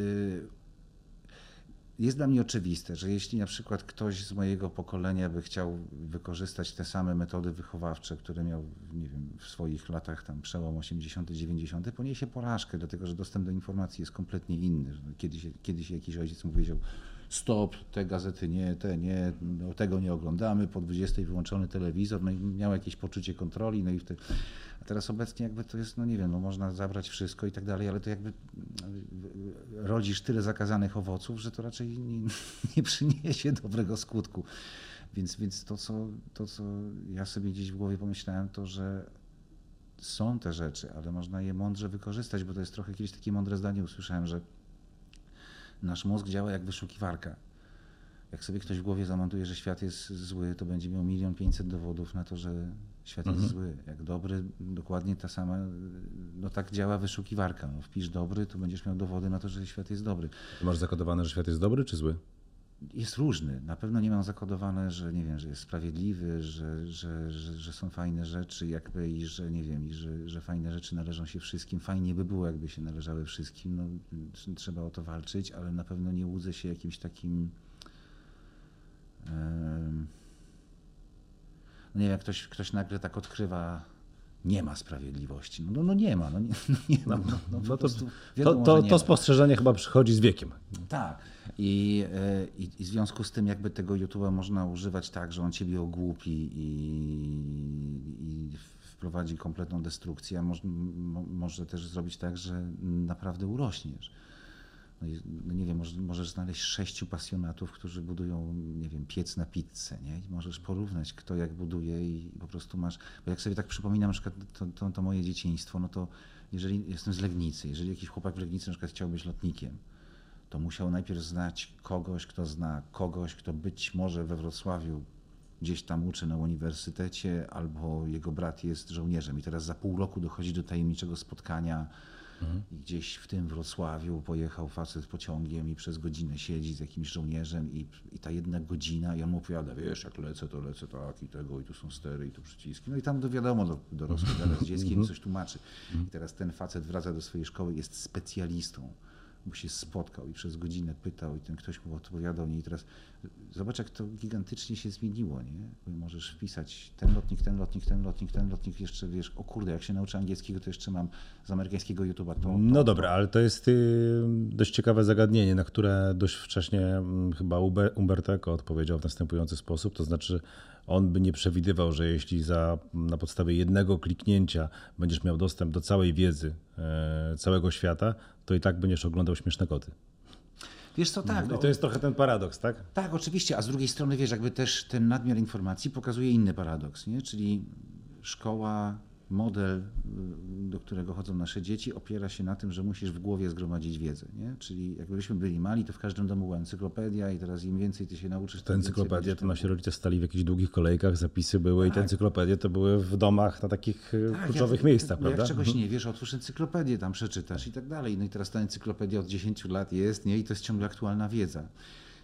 Jest dla mnie oczywiste, że jeśli na przykład ktoś z mojego pokolenia by chciał wykorzystać te same metody wychowawcze, które miał, nie wiem, w swoich latach, tam przełom osiemdziesiąty dziewięćdziesiąty, poniesie porażkę, dlatego że dostęp do informacji jest kompletnie inny. Kiedyś, kiedyś jakiś ojciec mu powiedział, stop, te gazety nie, te nie, no, tego nie oglądamy, po dwudziestej wyłączony telewizor, no i miał jakieś poczucie kontroli, no i wtedy... A teraz obecnie jakby to jest, no nie wiem, no można zabrać wszystko i tak dalej, ale to jakby rodzisz tyle zakazanych owoców, że to raczej nie, nie przyniesie dobrego skutku. Więc, więc to, co, to, co ja sobie gdzieś w głowie pomyślałem, to, że są te rzeczy, ale można je mądrze wykorzystać, bo to jest trochę kiedyś takie mądre zdanie usłyszałem, że nasz mózg działa jak wyszukiwarka. Jak sobie ktoś w głowie zamontuje, że świat jest zły, to będzie miał milion pięćset dowodów na to, że świat mhm. jest zły. Jak dobry, dokładnie ta sama, no tak działa wyszukiwarka. No, wpisz dobry, to będziesz miał dowody na to, że świat jest dobry. Masz zakodowane, że świat jest dobry czy zły? Jest różny. Na pewno nie mam zakodowane, że nie wiem, że jest sprawiedliwy, że, że, że, że są fajne rzeczy jakby i że nie wiem, i że, że fajne rzeczy należą się wszystkim. Fajnie by było, jakby się należały wszystkim. No, trzeba o to walczyć, ale na pewno nie łudzę się jakimś takim no nie wiem, jak ktoś, ktoś nagle tak odkrywa, nie ma sprawiedliwości. No, no nie ma, no nie, no nie ma. No, no, no to, wiadomo, to, to, to spostrzeżenie chyba przychodzi z wiekiem. Tak. I, i, i w związku z tym jakby tego YouTube'a można używać tak, że on ciebie ogłupi i, i wprowadzi kompletną destrukcję, a może, może też zrobić tak, że naprawdę urośniesz. No nie wiem, możesz, możesz znaleźć sześciu pasjonatów, którzy budują, nie wiem, piec na pizzę, nie? I możesz porównać, kto jak buduje i po prostu masz, bo jak sobie tak przypominam na przykład to, to, to moje dzieciństwo, no to jeżeli jestem z Legnicy, jeżeli jakiś chłopak w Legnicy na przykład chciał być lotnikiem, to musiał najpierw znać kogoś, kto zna kogoś, kto być może we Wrocławiu gdzieś tam uczy na uniwersytecie, albo jego brat jest żołnierzem i teraz za pół roku dochodzi do tajemniczego spotkania. I gdzieś w tym Wrocławiu pojechał facet pociągiem i przez godzinę siedzi z jakimś żołnierzem i, i ta jedna godzina i on mu opowiada, wiesz, jak lecę, to lecę tak i tego i tu są stery i tu przyciski. No i tam to wiadomo, do, dorosły gada z dzieckiem coś tłumaczy. I teraz ten facet wraca do swojej szkoły, jest specjalistą, bo się spotkał i przez godzinę pytał i ten ktoś mu odpowiadał. Nie? I teraz zobacz, jak to gigantycznie się zmieniło, nie? Bo możesz wpisać ten lotnik, ten lotnik, ten lotnik, ten lotnik, jeszcze wiesz, o kurde, jak się nauczę angielskiego, to jeszcze mam z amerykańskiego YouTube'a to, to. No dobra, to. Ale to jest dość ciekawe zagadnienie, na które dość wcześnie chyba Umberto Eco odpowiedział w następujący sposób, to znaczy on by nie przewidywał, że jeśli za, na podstawie jednego kliknięcia będziesz miał dostęp do całej wiedzy e, całego świata, to i tak będziesz oglądał śmieszne koty. Wiesz co, tak. No, i to jest trochę ten paradoks, tak? Tak, oczywiście, a z drugiej strony wiesz, jakby też ten nadmiar informacji pokazuje inny paradoks, nie? Czyli szkoła, model, do którego chodzą nasze dzieci, opiera się na tym, że musisz w głowie zgromadzić wiedzę, nie? Czyli jakbyśmy byli mali, to w każdym domu była encyklopedia i teraz im więcej ty się nauczysz... Te encyklopedie to nasi rodzice stali w jakichś długich kolejkach, zapisy były tak. I te encyklopedie to były w domach na takich tak, kluczowych jak, miejscach, no prawda? Jak czegoś nie wiesz, otwórz encyklopedię, tam przeczytasz i tak dalej. No i teraz ta encyklopedia od dziesięciu lat jest, nie? I to jest ciągle aktualna wiedza.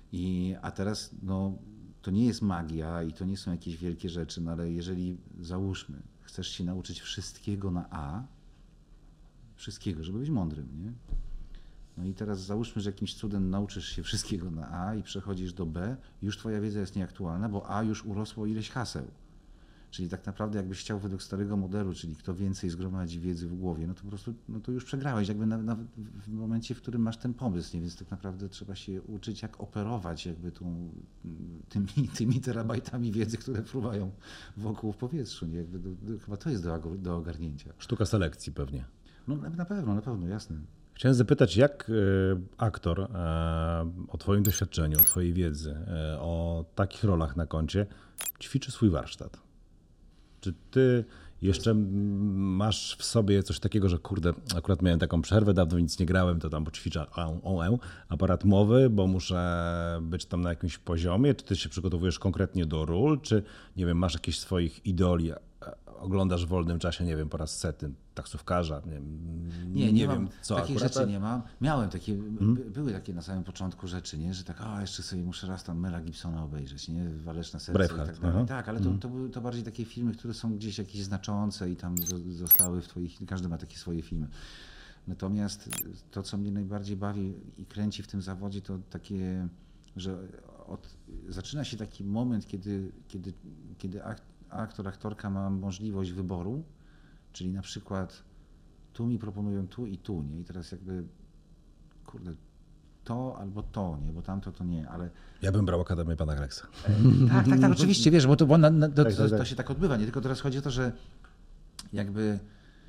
I, a teraz no, to nie jest magia i to nie są jakieś wielkie rzeczy, no ale jeżeli załóżmy, chcesz się nauczyć wszystkiego na A, wszystkiego, żeby być mądrym, nie? No i teraz załóżmy, że jakimś cudem nauczysz się wszystkiego na A i przechodzisz do B, już twoja wiedza jest nieaktualna, bo A już urosło ileś haseł. Czyli tak naprawdę jakbyś chciał według starego modelu, czyli kto więcej zgromadzi wiedzy w głowie, no to po prostu no to już przegrałeś jakby na, na, w momencie, w którym masz ten pomysł, nie? Więc tak naprawdę trzeba się uczyć, jak operować jakby tą, tymi, tymi terabajtami wiedzy, które fruwają wokół w powietrzu. Nie? Jakby do, do, chyba to jest do, do ogarnięcia. Sztuka selekcji pewnie. No na pewno, na pewno, jasne. Chciałem zapytać, jak aktor o twoim doświadczeniu, o twojej wiedzy, o takich rolach na koncie ćwiczy swój warsztat? Czy ty jeszcze masz w sobie coś takiego, że kurde, akurat miałem taką przerwę, dawno nic nie grałem, to tam poćwiczę aparat mowy, bo muszę być tam na jakimś poziomie? Czy ty się przygotowujesz konkretnie do ról? Czy nie wiem, masz jakieś swoich idoli, oglądasz w wolnym czasie, nie wiem, po raz setny taksówkarza? Nie, nie, nie, nie mam, wiem, co takich akurat... rzeczy nie mam. Miałem takie, hmm? były takie na samym początku rzeczy, nie? Że tak, a jeszcze sobie muszę raz tam Mela Gibsona obejrzeć, nie? Waleczne serce Braveheart, i tak dalej. aha. Tak, ale to, to były to bardziej takie filmy, które są gdzieś jakieś znaczące i tam zostały w twoich, każdy ma takie swoje filmy. Natomiast to, co mnie najbardziej bawi i kręci w tym zawodzie, to takie, że od, zaczyna się taki moment, kiedy, kiedy, kiedy akt, aktor, aktorka ma możliwość wyboru, czyli na przykład tu mi proponują tu i tu, nie? I teraz jakby, kurde, to albo to, nie? Bo tamto to nie, ale... Ja bym brał Akademię Pana Grexa. Tak, tak, tak, oczywiście, wiesz, bo to, bo na, na, to, to, to się tak odbywa, nie? Tylko teraz chodzi o to, że jakby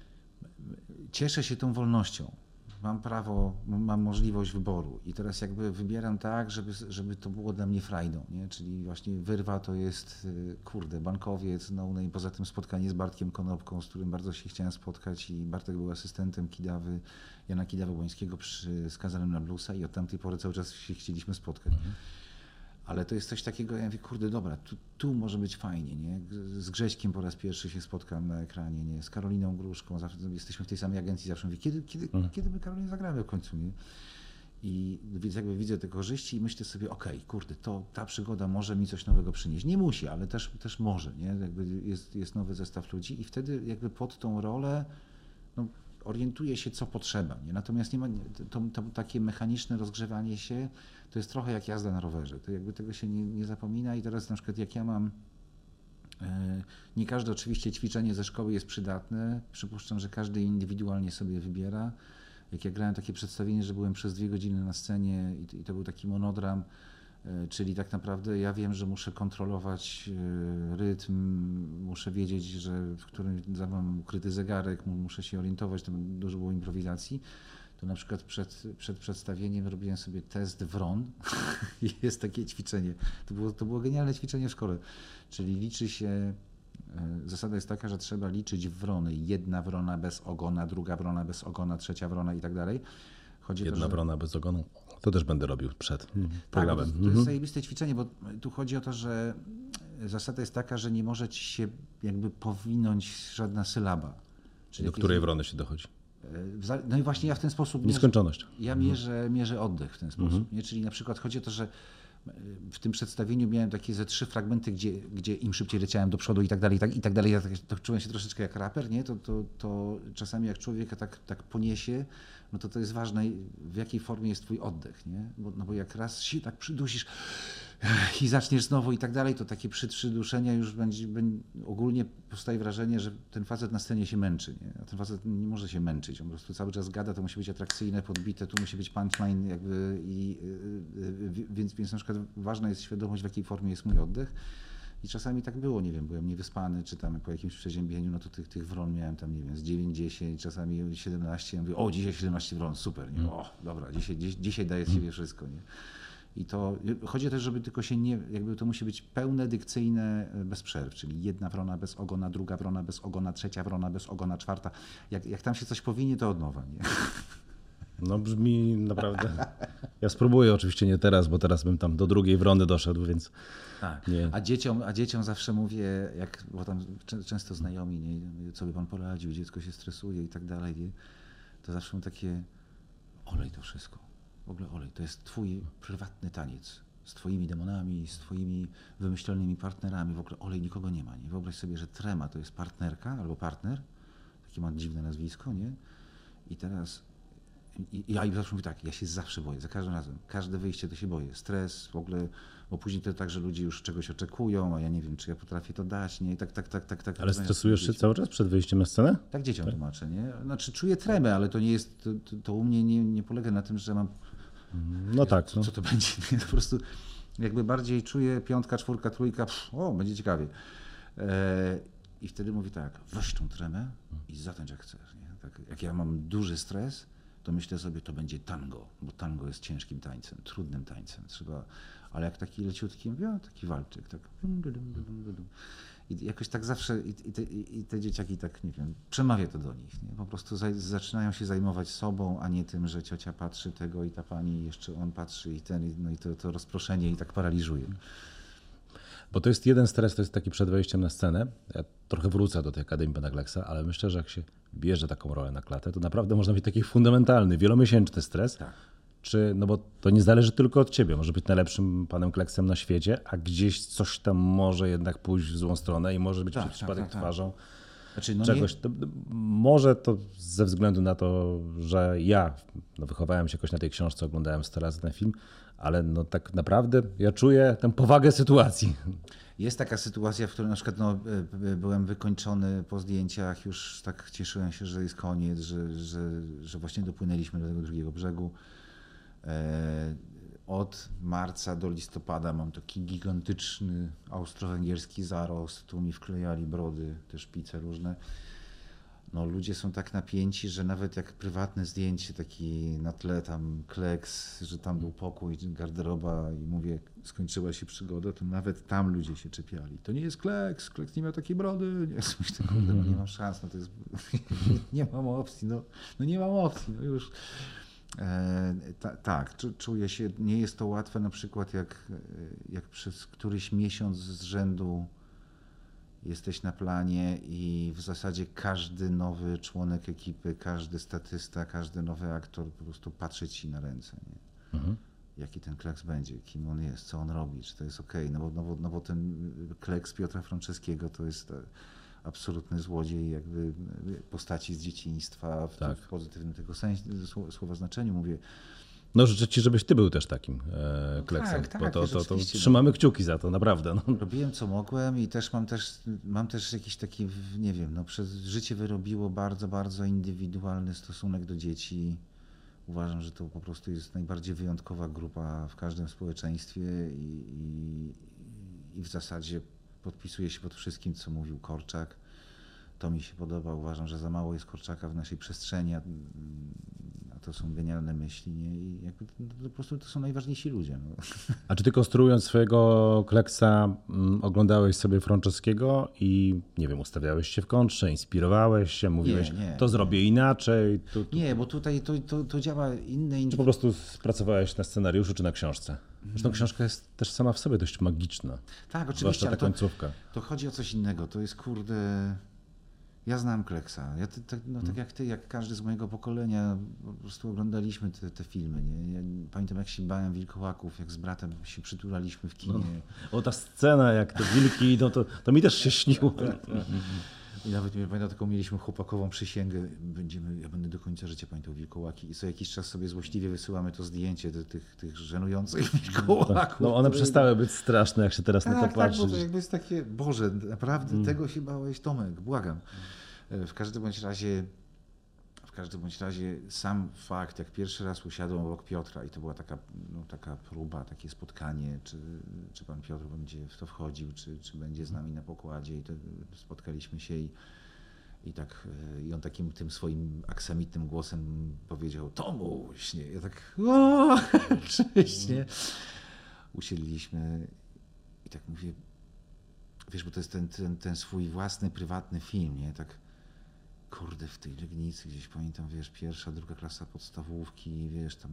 cieszę się tą wolnością. Mam prawo, mam możliwość wyboru i teraz jakby wybieram tak, żeby, żeby to było dla mnie frajdą, nie? Czyli właśnie Wyrwa to jest, kurde, bankowiec, no, no i poza tym spotkanie z Bartkiem Konopką, z którym bardzo się chciałem spotkać i Bartek był asystentem Kidawy, Jana Kidawy-Błońskiego przy Skazanym na Bluesa i od tamtej pory cały czas się chcieliśmy spotkać. Mhm. Ale to jest coś takiego, ja mówię, kurde, dobra, tu, tu może być fajnie, nie? Z Grześkiem po raz pierwszy się spotkam na ekranie, nie? Z Karoliną Gruszką, zawsze jesteśmy w tej samej agencji, zawsze mówię, kiedy, kiedy, mhm. kiedy my Karolinie zagramy w końcu, nie? I więc jakby widzę te korzyści i myślę sobie, okej, okay, kurde, to ta przygoda może mi coś nowego przynieść. Nie musi, ale też, też może, nie? Jakby jest, jest nowy zestaw ludzi i wtedy jakby pod tą rolę, no, orientuje się, co potrzeba. Nie? Natomiast nie ma, to, to takie mechaniczne rozgrzewanie się, to jest trochę jak jazda na rowerze. To jakby tego się nie, nie zapomina i teraz na przykład jak ja mam, e, nie każde oczywiście ćwiczenie ze szkoły jest przydatne, przypuszczam, że każdy indywidualnie sobie wybiera. Jak ja grałem takie przedstawienie, że byłem przez dwie godziny na scenie i, i to był taki monodram, czyli tak naprawdę ja wiem, że muszę kontrolować rytm, muszę wiedzieć, że w którym mam ukryty zegarek, muszę się orientować, tam dużo było improwizacji. To na przykład przed, przed przedstawieniem robiłem sobie test wron i jest takie ćwiczenie. To było, to było genialne ćwiczenie w szkole, czyli liczy się, zasada jest taka, że trzeba liczyć wrony. Jedna wrona bez ogona, druga wrona bez ogona, trzecia wrona i tak dalej. Chodzi Jedna to, że... wrona bez ogonu. To też będę robił przed programem. Tak, to, to jest zajebiste ćwiczenie, bo tu chodzi o to, że zasada jest taka, że nie może ci się jakby powinąć żadna sylaba. Czyli do której jest... wrony się dochodzi? No i właśnie ja w ten sposób... Nieskończoność. Mierzę, ja mierzę, mierzę oddech w ten sposób. Mhm. Nie? Czyli na przykład chodzi o to, że w tym przedstawieniu miałem takie ze trzy fragmenty, gdzie, gdzie im szybciej leciałem do przodu i tak dalej, i tak, i tak dalej. Ja tak, to czułem się troszeczkę jak raper, nie? To, to, to czasami jak człowieka tak, tak poniesie, no to to jest ważne, w jakiej formie jest twój oddech, nie? Bo, no bo jak raz się tak przydusisz i zaczniesz znowu i tak dalej, to takie przy przyduszenia już będzie, będzie, ogólnie powstaje wrażenie, że ten facet na scenie się męczy, nie? A ten facet nie może się męczyć, on po prostu cały czas gada, to musi być atrakcyjne, podbite, tu musi być punchline jakby i yy, więc, więc na przykład ważna jest świadomość, w jakiej formie jest mój oddech. I czasami tak było, nie wiem, byłem niewyspany, czy tam po jakimś przeziębieniu, no to tych, tych wron miałem tam, nie wiem, z dziewięć dziesięć, czasami siedemnaście, ja mówię, o, dzisiaj siedemnaście wron, super, nie? O, dobra, dzisiaj, dziś, dzisiaj daję z siebie wszystko, nie? I to chodzi też, żeby tylko się nie, jakby to musi być pełne, dykcyjne, bez przerw, czyli jedna wrona bez ogona, druga wrona bez ogona, trzecia wrona bez ogona, czwarta. Jak, jak tam się coś powinie, to od nowa, nie? No brzmi naprawdę. Ja spróbuję, oczywiście nie teraz, bo teraz bym tam do drugiej wrony doszedł, więc tak. nie. A dzieciom, a dzieciom zawsze mówię, jak, bo tam często znajomi, nie, co by pan poradził, dziecko się stresuje i tak dalej, nie? To zawsze mam takie, olej to wszystko. W ogóle olej, to jest twój prywatny taniec z twoimi demonami, z twoimi wymyślonymi partnerami, w ogóle olej nikogo nie ma, nie? Wyobraź sobie, że Trema to jest partnerka albo partner, takie ma dziwne nazwisko, nie? I teraz i, i ja i zawsze mówię tak, ja się zawsze boję, za każdym razem, każde wyjście to się boję, stres, w ogóle, bo później to tak, że ludzie już czegoś oczekują, a ja nie wiem, czy ja potrafię to dać, nie? I tak, tak, tak, tak, tak. Ale stresujesz się cały czas przed wyjściem na scenę? Tak dzieciom tak tłumaczę, nie? Znaczy czuję tremę, ale to nie jest, to, to, to u mnie nie, nie polega na tym, że mam... No tak. Co, co to będzie? Nie? Po prostu jakby bardziej czuję piątka, czwórka, trójka, pff, o, będzie ciekawie. E, I wtedy mówię tak, weź tą tremę i zatańcz jak chcesz, nie? Tak, jak ja mam duży stres, to myślę sobie, to będzie tango, bo tango jest ciężkim tańcem, trudnym tańcem, trzeba, ale jak taki leciutki, mówię, o, taki walczyk, tak. I jakoś tak zawsze, i, i, te, i te dzieciaki tak, nie wiem, przemawia to do nich, nie? Po prostu za, zaczynają się zajmować sobą, a nie tym, że ciocia patrzy tego i ta pani, jeszcze on patrzy i ten, no i to, to rozproszenie i tak paraliżuje. Bo to jest jeden stres, to jest taki przed wejściem na scenę. Ja trochę wrócę do tej Akademii Pana Kleksa, ale myślę, że jak się bierze taką rolę na klatę, to naprawdę można mieć taki fundamentalny, wielomiesięczny stres. Tak. Czy, no bo to nie zależy tylko od ciebie. Może być najlepszym panem Kleksem na świecie, a gdzieś coś tam może jednak pójść w złą stronę i może być tak, przez przypadek tak, tak, twarzą znaczy, no czegoś. nie... To, może to ze względu na to, że ja no, wychowałem się jakoś na tej książce, oglądałem sto razy ten film, ale no tak naprawdę ja czuję tę powagę sytuacji. Jest taka sytuacja, w której na przykład no, byłem wykończony po zdjęciach, już tak cieszyłem się, że jest koniec, że, że, że właśnie dopłynęliśmy do tego drugiego brzegu. E, od marca do listopada mam taki gigantyczny austro-węgierski zarost, tu mi wklejali brody, te szpice różne. No, ludzie są tak napięci, że nawet jak prywatne zdjęcie, taki na tle tam kleks, że tam był pokój, garderoba i mówię, skończyła się przygoda, to nawet tam ludzie się czepiali. To nie jest kleks, kleks nie miał takiej brody. Nie, myślę, kurde, no nie mam szans, no to jest, nie mam opcji, no, no nie mam opcji, no już. E, ta, tak, czuję się, nie jest to łatwe na przykład jak, jak przez któryś miesiąc z rzędu jesteś na planie i w zasadzie każdy nowy członek ekipy, każdy statysta, każdy nowy aktor po prostu patrzy ci na ręce. Nie? Mhm. Jaki ten kleks będzie, kim on jest, co on robi, czy to jest okej. Okay. No, bo, no, bo, no bo ten kleks Piotra Franceskiego to jest absolutny złodziej jakby postaci z dzieciństwa w, tak. w pozytywnym tego sensie, słowa znaczeniu mówię. No życzę ci, żebyś ty był też takim e, kleksem, tak, tak, bo to, to, to, to no. trzymamy kciuki za to, naprawdę. No. Robiłem co mogłem i też mam też, mam też jakiś taki, nie wiem, no przez życie wyrobiło bardzo, bardzo indywidualny stosunek do dzieci. Uważam, że to po prostu jest najbardziej wyjątkowa grupa w każdym społeczeństwie i, i, i w zasadzie podpisuję się pod wszystkim, co mówił Korczak. To mi się podoba. Uważam, że za mało jest Korczaka w naszej przestrzeni, a to są genialne myśli, nie? I jakby to, to po prostu to są najważniejsi ludzie. No. A czy ty konstruując swojego kleksa m, oglądałeś sobie Franceskiego i nie wiem, ustawiałeś się w kontrze, inspirowałeś się, mówiłeś, nie, nie, to zrobię nie. inaczej? Tu, tu. Nie, bo tutaj to, to, to działa inne... Czy po prostu pracowałeś na scenariuszu czy na książce? Zresztą książka jest też sama w sobie dość magiczna. Tak, oczywiście, zwłaszcza ta ale to, końcówka. To chodzi o coś innego. To jest kurde... Ja znam Kleksa. Ja te, te, no, tak hmm. jak ty, jak każdy z mojego pokolenia, po prostu oglądaliśmy te, te filmy. Nie? Ja pamiętam, jak się bałem wilkołaków, jak z bratem się przytulaliśmy w kinie. No, o ta scena, jak te wilki idą, to, to mi też się śniło. I nawet pamiętam, taką mieliśmy chłopakową przysięgę, będziemy, ja będę do końca życia pamiętał wilkołaki i co jakiś czas sobie złośliwie wysyłamy to zdjęcie do tych, tych żenujących wilkołaków. No one przestały być straszne, jak się teraz tak, na to patrzy. Tak, bo to jakby jest takie, Boże, naprawdę hmm. tego się bałeś, Tomek, błagam. W każdym bądź razie w każdym bądź razie sam fakt, jak pierwszy raz usiadłem obok Piotra i to była taka, no, taka próba, takie spotkanie, czy, czy pan Piotr będzie w to wchodził, czy, czy będzie z nami na pokładzie i to spotkaliśmy się i, i tak i on takim tym swoim aksamitnym głosem powiedział Tomuś, nie? Ja tak o, cześć, nie? Usiedliśmy i tak mówię, wiesz, bo to jest ten, ten, ten swój własny, prywatny film, nie? Tak kurde, w tej Legnicy gdzieś pamiętam, wiesz, pierwsza, druga klasa podstawówki, wiesz, tam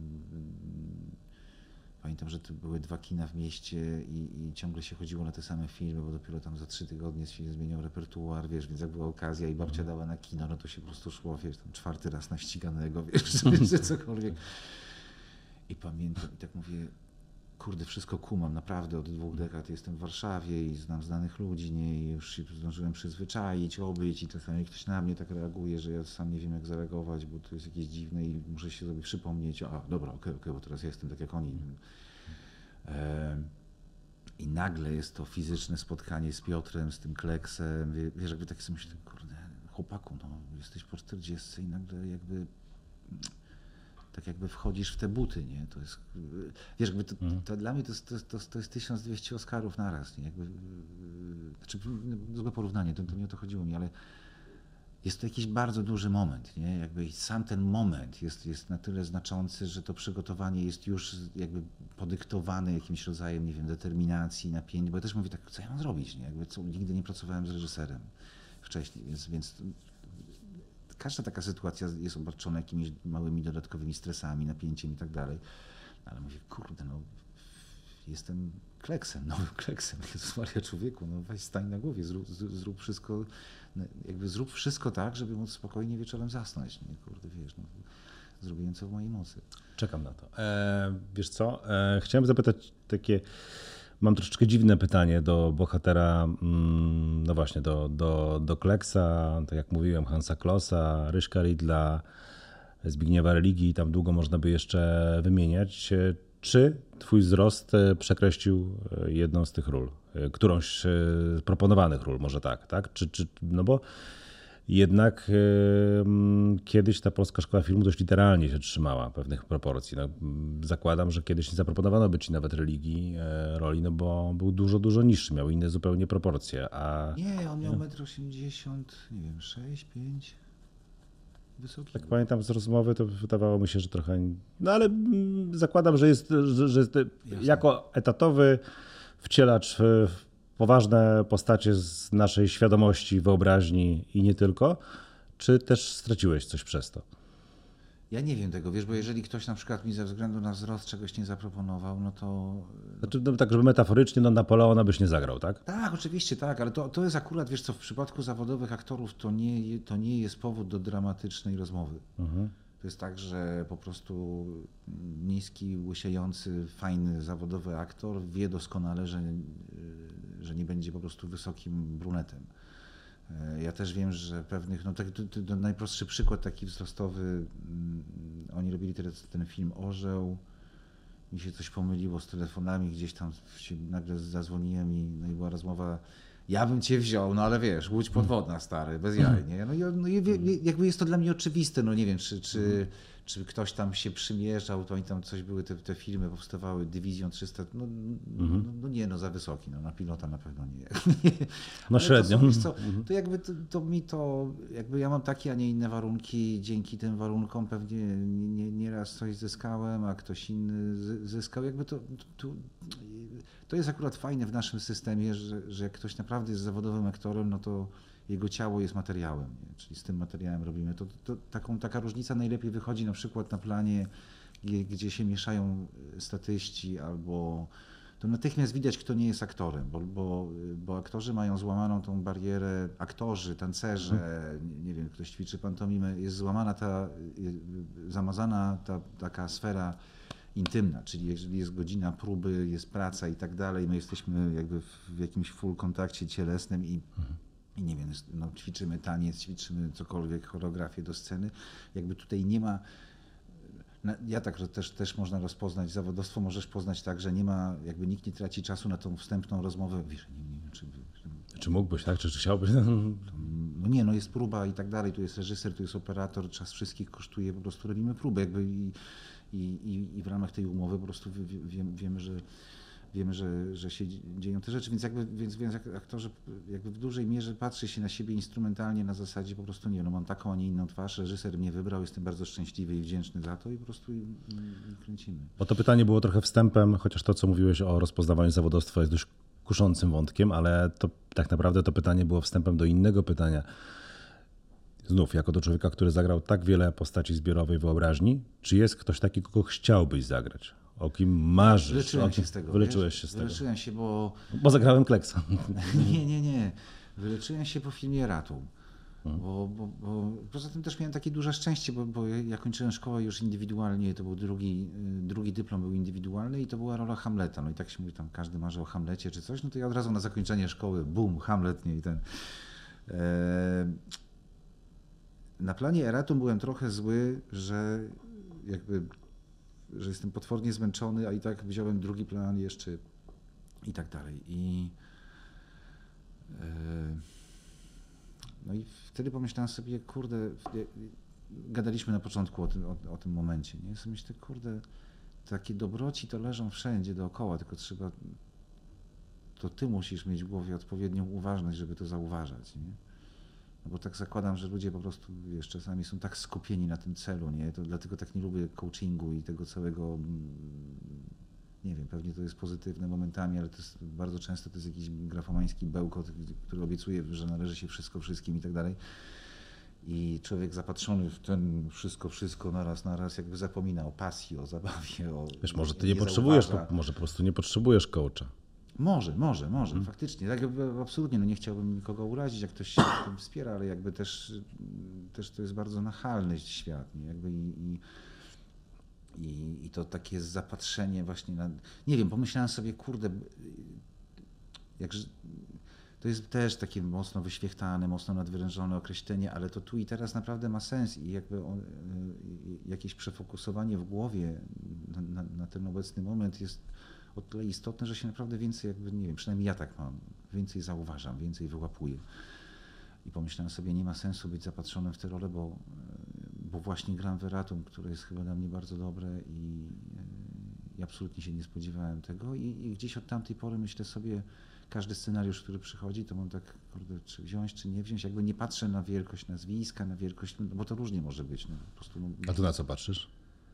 pamiętam, że to były dwa kina w mieście i, i ciągle się chodziło na te same filmy, bo dopiero tam za trzy tygodnie się zmieniał repertuar, wiesz, więc jak była okazja i babcia dała na kino, no to się po prostu szło, wiesz, tam czwarty raz na ściganego, wiesz, że cokolwiek. I pamiętam, i tak mówię, kurde, wszystko kumam, naprawdę od dwóch dekad jestem w Warszawie i znam znanych ludzi, nie, i już się zdążyłem przyzwyczaić, obyć i czasami ktoś na mnie tak reaguje, że ja sam nie wiem jak zareagować, bo to jest jakieś dziwne i muszę się sobie przypomnieć, a dobra, okej, okay, okay, bo teraz ja jestem tak jak oni. E, I nagle jest to fizyczne spotkanie z Piotrem, z tym Kleksem, wiesz, jakby tak sobie myślę, kurde, chłopaku, no jesteś po czterdziestce i nagle jakby tak jakby wchodzisz w te buty, nie? To jest, wiesz, jakby to, to, to dla mnie to jest, to, to, to jest tysiąc dwieście Oscarów naraz, nie? Jakby, znaczy, złe porównanie, to, to nie o to chodziło mi, ale jest to jakiś bardzo duży moment, nie? Jakby sam ten moment jest, jest na tyle znaczący, że to przygotowanie jest już jakby podyktowane jakimś rodzajem, nie wiem, determinacji, napięcia, bo ja też mówię tak, co ja mam zrobić, nie? Jakby co, nigdy nie pracowałem z reżyserem wcześniej, więc, więc każda taka sytuacja jest obarczona jakimiś małymi dodatkowymi stresami, napięciem i tak dalej. Ale mówię, kurde, no jestem Kleksem, nowym Kleksem. Jezus Maria, człowieku, no weź stań na głowie, zrób, zrób wszystko, jakby zrób wszystko tak, żeby móc spokojnie wieczorem zasnąć. Nie, kurde, wiesz, no, zrobiłem co w mojej mocy. Czekam na to. E, wiesz co, e, chciałem zapytać takie, mam troszeczkę dziwne pytanie do bohatera, no właśnie, do, do, do Kleksa, tak jak mówiłem, Hansa Klossa, Ryszka Rydla, Zbigniewa Religii, tam długo można by jeszcze wymieniać. Czy twój wzrost przekreślił jedną z tych ról? Którąś z proponowanych ról, może tak, tak? Czy, czy, no bo jednak y, kiedyś ta polska szkoła filmu dość literalnie się trzymała pewnych proporcji. No, zakładam, że kiedyś nie zaproponowano by ci nawet Religii y, roli, no bo był dużo, dużo niższy, miał inne zupełnie proporcje. A nie, on miał metr osiemdziesiąt, nie wiem, sześć, pięć. Wysoki. Tak pamiętam z rozmowy, to wydawało mi się, że trochę... No ale zakładam, że jest, że, że jest jako etatowy wcielacz w poważne postacie z naszej świadomości, wyobraźni i nie tylko. Czy też straciłeś coś przez to? Ja nie wiem tego, wiesz, bo jeżeli ktoś na przykład mi ze względu na wzrost czegoś nie zaproponował, no to... Znaczy, no, tak, żeby metaforycznie, no Napoleona byś nie zagrał, tak? Tak, oczywiście tak, ale to, to jest akurat, wiesz co, w przypadku zawodowych aktorów to nie, to nie jest powód do dramatycznej rozmowy. Mhm. To jest tak, że po prostu niski, łysiejący, fajny, zawodowy aktor wie doskonale, że, że nie będzie po prostu wysokim brunetem. Ja też wiem, że pewnych, no tak, to, to najprostszy przykład taki wzrostowy, oni robili teraz ten film Orzeł, mi się coś pomyliło z telefonami, gdzieś tam się nagle zadzwoniłem i, no i była rozmowa, ja bym cię wziął, no ale wiesz, łódź podwodna, stary, bez jaj, nie? No i, no i jakby jest to dla mnie oczywiste, no nie wiem, czy, czy, czy ktoś tam się przymierzał, to oni tam coś były, te, te filmy powstawały, Dywizją trzysta, no, mhm. no, no nie, no za wysoki, no na pilota na pewno nie. No średnio. To, co, to jakby to, to mi to, jakby ja mam takie, a nie inne warunki, dzięki tym warunkom pewnie nie, nieraz coś zyskałem, a ktoś inny zyskał, jakby to, to, to jest akurat fajne w naszym systemie, że, że jak ktoś naprawdę jest zawodowym aktorem, no to jego ciało jest materiałem, nie? Czyli z tym materiałem robimy. To, to taką, taka różnica najlepiej wychodzi na przykład na planie, gdzie się mieszają statyści albo to natychmiast widać, kto nie jest aktorem, bo, bo, bo aktorzy mają złamaną tą barierę, aktorzy, tancerze, nie, nie wiem, ktoś ćwiczy pantomimę, jest złamana ta, zamazana ta taka sfera intymna, czyli jeżeli jest godzina próby, jest praca i tak dalej, my jesteśmy jakby w jakimś full kontakcie cielesnym i I nie wiem, no, ćwiczymy taniec, ćwiczymy cokolwiek, choreografię do sceny. Jakby tutaj nie ma, ja tak też, też można rozpoznać, zawodowstwo możesz poznać tak, że nie ma, jakby nikt nie traci czasu na tą wstępną rozmowę. Wiesz, nie, nie wiem, czy, czy, czy mógłbyś, tak? Czy, czy chciałbyś? No nie, no jest próba i tak dalej, tu jest reżyser, tu jest operator, czas wszystkich kosztuje, po prostu robimy próbę jakby i, i, i, i w ramach tej umowy po prostu wie, wie, wiemy, że Wiemy, że, że się dzieją te rzeczy, więc jakby więc, więc aktorzy jakby w dużej mierze patrzy się na siebie instrumentalnie na zasadzie po prostu nie, no mam taką, a nie inną twarz, reżyser mnie wybrał, jestem bardzo szczęśliwy i wdzięczny za to i po prostu i, i kręcimy. Bo to pytanie było trochę wstępem, chociaż to, co mówiłeś o rozpoznawaniu zawodowstwa jest dość kuszącym wątkiem, ale to tak naprawdę to pytanie było wstępem do innego pytania. Znów, jako do człowieka, który zagrał tak wiele postaci zbiorowej wyobraźni, czy jest ktoś taki, kogo chciałbyś zagrać? O kim marzysz? Wyleczyłem o kim... się z tego. Wyleczyłeś wiesz? się z tego. Wyleczyłem się, bo... Bo zagrałem Kleksa. Nie, nie, nie. Wyleczyłem się po filmie Ratu. Bo, bo, bo poza tym też miałem takie duże szczęście, bo, bo ja kończyłem szkołę już indywidualnie, to był drugi, drugi dyplom był indywidualny i to była rola Hamleta. No i tak się mówi, tam każdy marzy o Hamlecie czy coś, no to ja od razu na zakończenie szkoły, bum, Hamlet, nie i ten. E, na planie Eratum byłem trochę zły, że jakby, że jestem potwornie zmęczony, a i tak wziąłem drugi plan jeszcze i tak dalej. I e, no i wtedy pomyślałem sobie, kurde, gadaliśmy na początku o tym, o, o tym momencie, nie? Sobie myślę, kurde, takie dobroci to leżą wszędzie dookoła, tylko trzeba, to ty musisz mieć w głowie odpowiednią uważność, żeby to zauważać, nie? No bo tak zakładam, że ludzie po prostu, wiesz, czasami są tak skupieni na tym celu, nie? To dlatego tak nie lubię coachingu i tego całego, nie wiem, pewnie to jest pozytywne momentami, ale to jest bardzo często to jest jakiś grafomański bełkot, który obiecuje, że należy się wszystko wszystkim i tak dalej. I człowiek zapatrzony w ten wszystko, wszystko naraz, naraz jakby zapomina o pasji, o zabawie, o... Wiesz, może ty nie, nie potrzebujesz, zauważa. może po prostu nie potrzebujesz coacha. Może, może, może, hmm. faktycznie. Tak, absolutnie, no nie chciałbym nikogo urazić, jak ktoś się w tym wspiera, ale jakby też, też to jest bardzo nachalny świat, nie? Jakby i, i I, I to takie zapatrzenie właśnie na... Nie wiem, pomyślałem sobie, kurde, jakże, to jest też takie mocno wyświechtane, mocno nadwyrężone określenie, ale to tu i teraz naprawdę ma sens i jakby on, jakieś przefokusowanie w głowie na, na, na ten obecny moment jest o tyle istotne, że się naprawdę więcej, jakby, nie wiem, przynajmniej ja tak mam, więcej zauważam, więcej wyłapuję. I pomyślałem sobie, nie ma sensu być zapatrzonym w tę rolę, bo, bo właśnie gram w Eratum, które jest chyba dla mnie bardzo dobre i, i absolutnie się nie spodziewałem tego. I, I gdzieś od tamtej pory myślę sobie, każdy scenariusz, który przychodzi, to mam tak, kurde, czy wziąć, czy nie wziąć. Jakby nie patrzę na wielkość nazwiska, na wielkość, no, bo to różnie może być. No, po prostu, no, a ty na co patrzysz?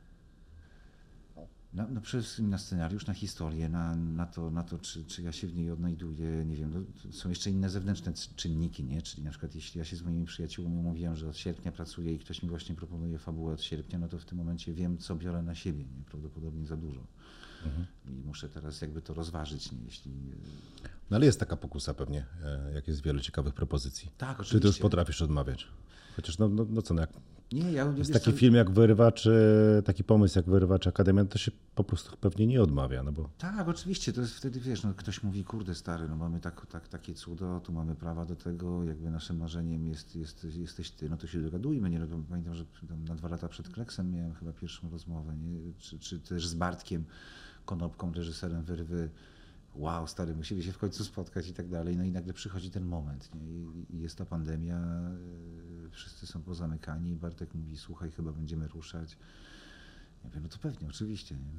No, no przede wszystkim na scenariusz, na historię, na, na to, na to czy, czy ja się w niej odnajduję, nie wiem, no, są jeszcze inne zewnętrzne czynniki, nie? Czyli na przykład jeśli ja się z moimi przyjaciółmi umówiłem, że od sierpnia pracuję i ktoś mi właśnie proponuje fabułę od sierpnia, no to w tym momencie wiem, co biorę na siebie, nie? Prawdopodobnie za dużo. Mhm. I muszę teraz jakby to rozważyć, nie? Jeśli... No ale jest taka pokusa pewnie, jak jest wiele ciekawych propozycji. Tak, oczywiście. Czy ty już potrafisz odmawiać? Chociaż no, no, no co, no jak... Nie, ja, jest taki co... film jak Wyrywacz, taki pomysł jak Wyrywacz Akademia, to się po prostu pewnie nie odmawia. No bo... Tak, oczywiście, to jest wtedy, wiesz, no ktoś mówi, kurde stary, no mamy tak, tak, takie cudo, tu mamy prawa do tego, jakby naszym marzeniem jest, jest, jesteś ty, no to się dogadujmy, nie? No, pamiętam, że tam na dwa lata przed Kleksem miałem chyba pierwszą rozmowę, nie? Czy, czy też z Bartkiem Konopką, reżyserem Wyrwy. Wow, stary, musimy się w końcu spotkać i tak dalej. No i nagle przychodzi ten moment, nie? I jest ta pandemia, wszyscy są pozamykani i Bartek mówi, słuchaj, chyba będziemy ruszać. Ja wiem, no to pewnie, oczywiście. Nie?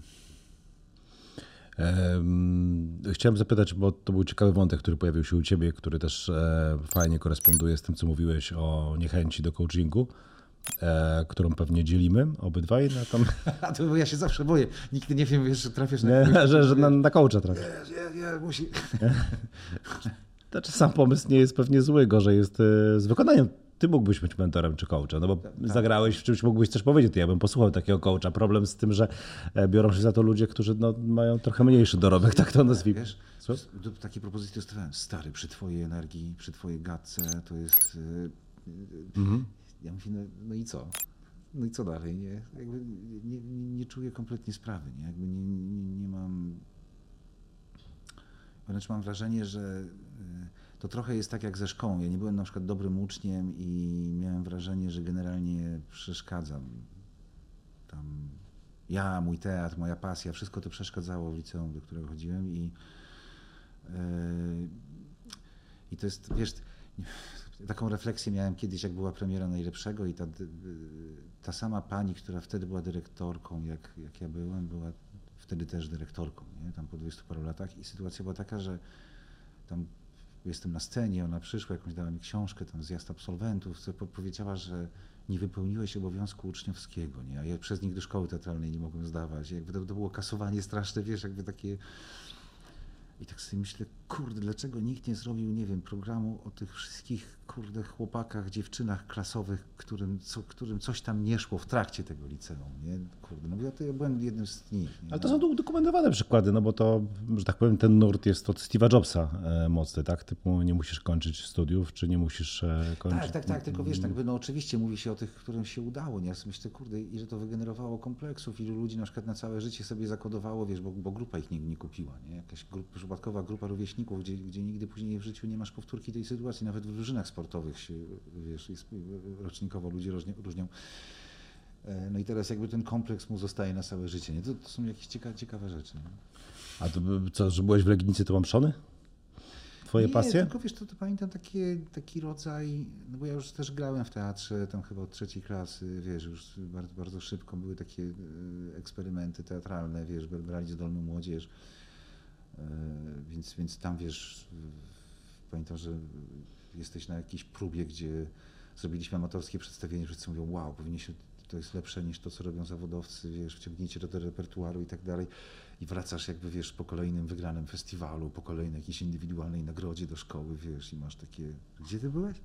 Chciałem zapytać, bo to był ciekawy wątek, który pojawił się u ciebie, który też fajnie koresponduje z tym, co mówiłeś o niechęci do coachingu, którą pewnie dzielimy obydwaj. Na tam... A to ja się zawsze boję. Nigdy nie wiem, wiesz, że trafisz na... Nie, że, że na, na coacha trafisz. Nie, nie, nie, musi... Znaczy sam pomysł nie jest pewnie zły, gorzej jest z wykonaniem. Ty mógłbyś być mentorem czy coachem, no bo tak, zagrałeś w czymś, mógłbyś też powiedzieć, ja bym posłuchał takiego coacha. Problem z tym, że biorą się za to ludzie, którzy no, mają trochę mniejszy dorobek, tak to nazwijmy. Wiesz, do takiej propozycji dostawałem, stary, przy twojej energii, przy twojej gadce, to jest... Mhm. Ja mówię, no, no i co? No i co dalej? Nie, jakby nie, nie, nie czuję kompletnie sprawy, nie? Jakby nie, nie, nie mam... Wręcz mam wrażenie, że to trochę jest tak jak ze szkołą. Ja nie byłem na przykład dobrym uczniem i miałem wrażenie, że generalnie przeszkadzam. Tam ja, mój teatr, moja pasja, wszystko to przeszkadzało w liceum, do którego chodziłem i, yy, i to jest, wiesz, taką refleksję miałem kiedyś, jak była premiera Najlepszego i ta, ta sama pani, która wtedy była dyrektorką, jak, jak ja byłem, była wtedy też dyrektorką, nie? Tam po dwudziestu paru latach i sytuacja była taka, że tam jestem na scenie, ona przyszła, jakąś dała mi książkę, tam zjazd absolwentów, co powiedziała, że nie wypełniłeś obowiązku uczniowskiego, nie? A ja przez nich do szkoły teatralnej nie mogłem zdawać. Jakby to, to było kasowanie straszne, wiesz, jakby takie... I tak sobie myślę, kurde, dlaczego nikt nie zrobił, nie wiem, programu o tych wszystkich, kurde, chłopakach, dziewczynach klasowych, którym, co, którym coś tam nie szło w trakcie tego liceum, nie? Kurde, no bo ja, to ja byłem jednym z nich. Nie? Ale to są udokumentowane przykłady, no bo to, że tak powiem, ten nurt jest od Steve'a Jobsa e, mocny, tak? Typu nie musisz kończyć studiów, czy nie musisz e, kończyć... Tak, tak, tak, tylko wiesz, tak, no oczywiście mówi się o tych, którym się udało, nie? Ja sobie myślę, kurde, i że to wygenerowało kompleksów, ilu ludzi na przykład na całe życie sobie zakodowało, wiesz, bo, bo grupa ich nie, nie kupiła, nie? Jakaś grup, przypadkowa grupa rówieśników, gdzie, gdzie nigdy później w życiu nie masz powtórki tej sytuacji, nawet w drużynach sportowych się, wiesz, jest, rocznikowo ludzie różnią, różnią. No i teraz jakby ten kompleks mu zostaje na całe życie, nie? To, to są jakieś ciekawe, ciekawe rzeczy. Nie? A to co, że byłeś w Legnicy, to łączony? Twoje nie, pasje? Tylko wiesz, to, to pamiętam takie, taki rodzaj, no bo ja już też grałem w teatrze, tam chyba od trzeciej klasy, wiesz, już bardzo, bardzo szybko były takie eksperymenty teatralne, wiesz, brali zdolną młodzież, więc, więc tam, wiesz, pamiętam, że jesteś na jakiejś próbie, gdzie zrobiliśmy amatorskie przedstawienie, wszyscy mówią, wow, powinniśmy, to jest lepsze niż to, co robią zawodowcy, wiesz, wciągnięcie do tego repertuaru i tak dalej. I wracasz jakby, wiesz, po kolejnym wygranym festiwalu, po kolejnej jakiejś indywidualnej nagrodzie do szkoły, wiesz, i masz takie, gdzie ty byłeś?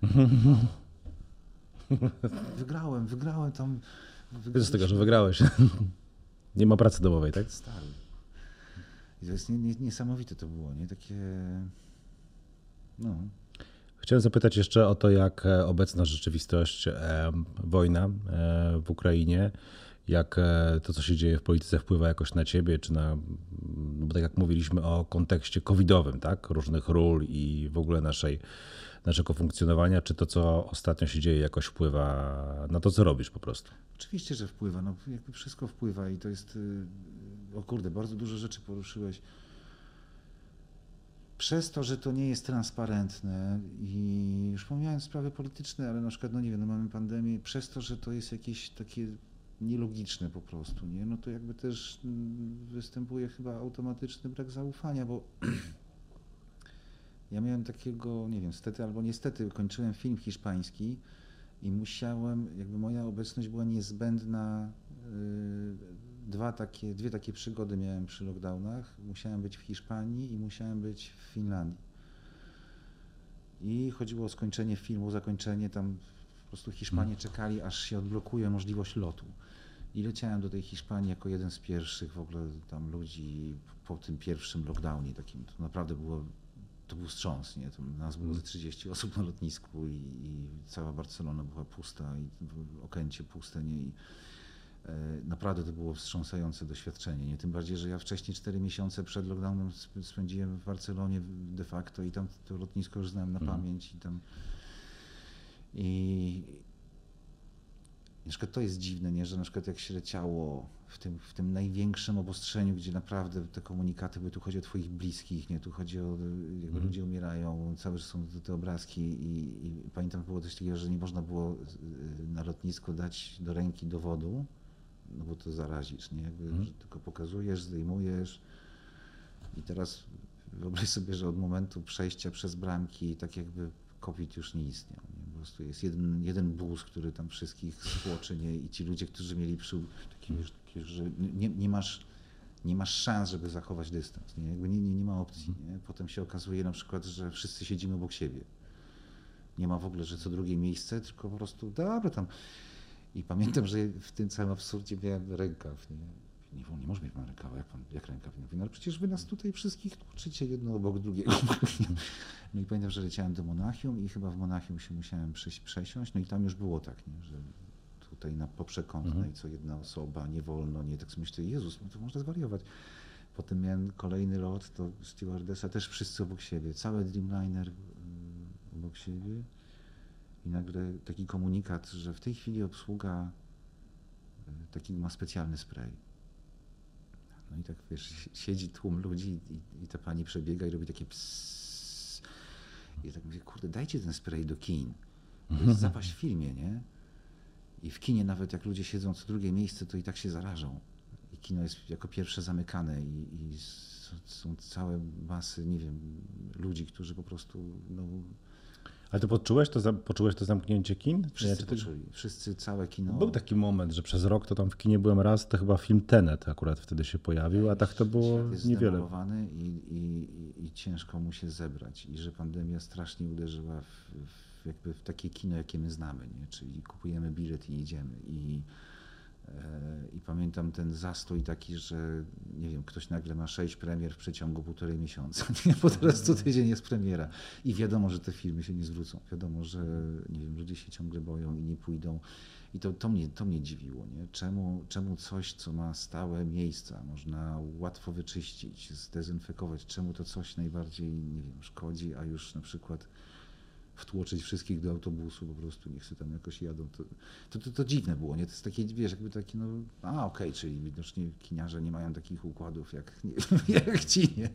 Wygrałem, wygrałem tam. Z tego, że wygrałeś. Nie ma pracy domowej, tak? Stary. I to jest nie, nie, niesamowite to było, nie? Takie, no... Chciałem zapytać jeszcze o to, jak obecna rzeczywistość, e, wojna e, w Ukrainie, jak e, to, co się dzieje w polityce, wpływa jakoś na ciebie, czy na, no bo tak jak mówiliśmy o kontekście covidowym, tak, różnych ról i w ogóle naszej, naszego funkcjonowania, czy to, co ostatnio się dzieje, jakoś wpływa na to, co robisz po prostu? Oczywiście, że wpływa, no jakby wszystko wpływa i to jest, o kurde, bardzo dużo rzeczy poruszyłeś. Przez to, że to nie jest transparentne i już pomijałem sprawy polityczne, ale na przykład, no nie wiem, no mamy pandemię, przez to, że to jest jakieś takie nielogiczne po prostu, nie? No to jakby też występuje chyba automatyczny brak zaufania, bo ja miałem takiego, nie wiem, stety albo niestety, kończyłem film hiszpański i musiałem, jakby moja obecność była niezbędna, dwa takie, dwie takie przygody miałem przy lockdownach. Musiałem być w Hiszpanii i musiałem być w Finlandii. I chodziło o skończenie filmu, zakończenie, tam po prostu Hiszpanie czekali, aż się odblokuje możliwość lotu. I leciałem do tej Hiszpanii jako jeden z pierwszych w ogóle tam ludzi po tym pierwszym lockdownie takim. To naprawdę było, to był wstrząs, nie? To nas było ze trzydzieści osób na lotnisku i, i cała Barcelona była pusta i Okęcie puste, nie? I naprawdę to było wstrząsające doświadczenie, nie? Tym bardziej, że ja wcześniej cztery miesiące przed lockdownem spędziłem w Barcelonie de facto i tam to lotnisko już znałem na mm. pamięć i tam i na przykład to jest dziwne, nie? Że na przykład jak się leciało w tym, w tym największym obostrzeniu, gdzie naprawdę te komunikaty, bo tu chodzi o twoich bliskich, nie? Tu chodzi o jakby mm. ludzie umierają, całe są te, te obrazki i, i pamiętam było coś takiego, że nie można było na lotnisku dać do ręki dowodu, no bo to zarazisz, nie? Jakby, hmm. że tylko pokazujesz, zdejmujesz i teraz wyobraź sobie, że od momentu przejścia przez bramki tak jakby COVID już nie istniał, nie? Po prostu jest jeden, jeden bus, który tam wszystkich spłoczy, nie? I ci ludzie, którzy mieli przy taki, wiesz, taki, że nie, nie masz nie masz szans, żeby zachować dystans, nie? Jakby nie, nie, nie ma opcji, nie? Potem się okazuje na przykład, że wszyscy siedzimy obok siebie. Nie ma w ogóle, że co drugie miejsce, tylko po prostu dobra tam. I pamiętam, że w tym całym absurdzie miałem rękaw. Nie, nie, nie może mieć pan rękawa, jak, pan, jak rękaw? Nie mówi, no ale przecież wy nas tutaj wszystkich tłuczycie jedno obok drugiego. No i pamiętam, że leciałem do Monachium i chyba w Monachium się musiałem przesiąść. No i tam już było tak, nie, że tutaj na poprzekątnej mhm. co jedna osoba, nie wolno, nie, tak sobie myślę, Jezus, no to można zwariować. Potem miałem kolejny lot, to stewardessa, też wszyscy obok siebie, cały Dreamliner obok siebie. I nagle taki komunikat, że w tej chwili obsługa taki ma specjalny spray. No i tak wiesz, siedzi tłum ludzi i, i ta pani przebiega i robi takie psss. I ja tak mówię, kurde, dajcie ten spray do kin. To jest zapaść w filmie, nie? I w kinie nawet jak ludzie siedzą co drugie miejsce, to i tak się zarażą. I kino jest jako pierwsze zamykane i, i są całe masy, nie wiem, ludzi, którzy po prostu, no... Ale ty poczułeś to, za- poczułeś to zamknięcie kin? Wszyscy Czy ty- poczuli, wszyscy, całe kino. Był taki moment, że przez rok to tam w kinie byłem raz, to chyba film Tenet akurat wtedy się pojawił, a tak to było Świat jest niewiele. zdemolowany i, i, i, i ciężko mu się zebrać. I że pandemia strasznie uderzyła w, w, jakby w takie kino, jakie my znamy, nie? Czyli kupujemy bilet i idziemy. I, e, I pamiętam ten zastój taki, że nie wiem, ktoś nagle ma sześć premier w przeciągu półtorej miesiąca, nie? Bo teraz co tydzień jest premiera. I wiadomo, że te filmy się nie zwrócą. Wiadomo, że nie wiem, ludzie się ciągle boją i nie pójdą. I to, to, mnie, to mnie dziwiło, nie? Czemu, czemu coś, co ma stałe miejsca, można łatwo wyczyścić, zdezynfekować, czemu to coś najbardziej, nie wiem, szkodzi, a już na przykład wtłoczyć wszystkich do autobusu, po prostu niech sobie tam jakoś jadą. To, to, to, to dziwne było, nie? To jest takie, wiesz, jakby takie, no, a okej, okay, czyli widocznie kiniarze nie mają takich układów jak, nie, jak ci, nie?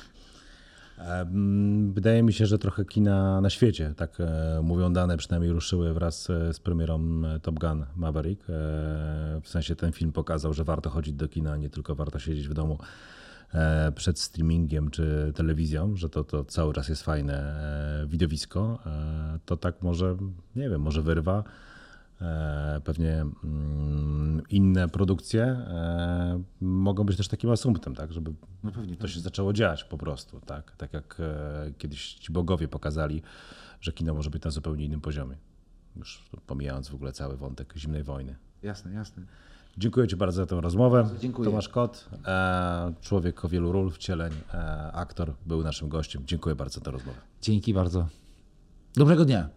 Em, Wydaje mi się, że trochę kina na świecie, tak e, mówią dane, przynajmniej ruszyły wraz e, z premierą e, Top Gun Maverick. E, W sensie ten film pokazał, że warto chodzić do kina, nie tylko warto siedzieć w domu e, przed streamingiem czy telewizją, że to, to cały czas jest fajne e, widowisko. E, To tak może, nie wiem, może wyrwa. E, Pewnie mm, inne produkcje e, mogą być też takim asumptem, tak, żeby No pewnie, to się zaczęło dziać po prostu, tak, tak jak e, kiedyś ci bogowie pokazali, że kino może być na zupełnie innym poziomie. Już pomijając w ogóle cały wątek zimnej wojny. Jasne, jasne. Dziękuję Ci bardzo za tę rozmowę. dziękuję. Tomasz Kot, e, człowiek o wielu ról, wcieleń, e, aktor, był naszym gościem. Dziękuję bardzo za tę rozmowę. Dzięki bardzo. Dobrego dnia.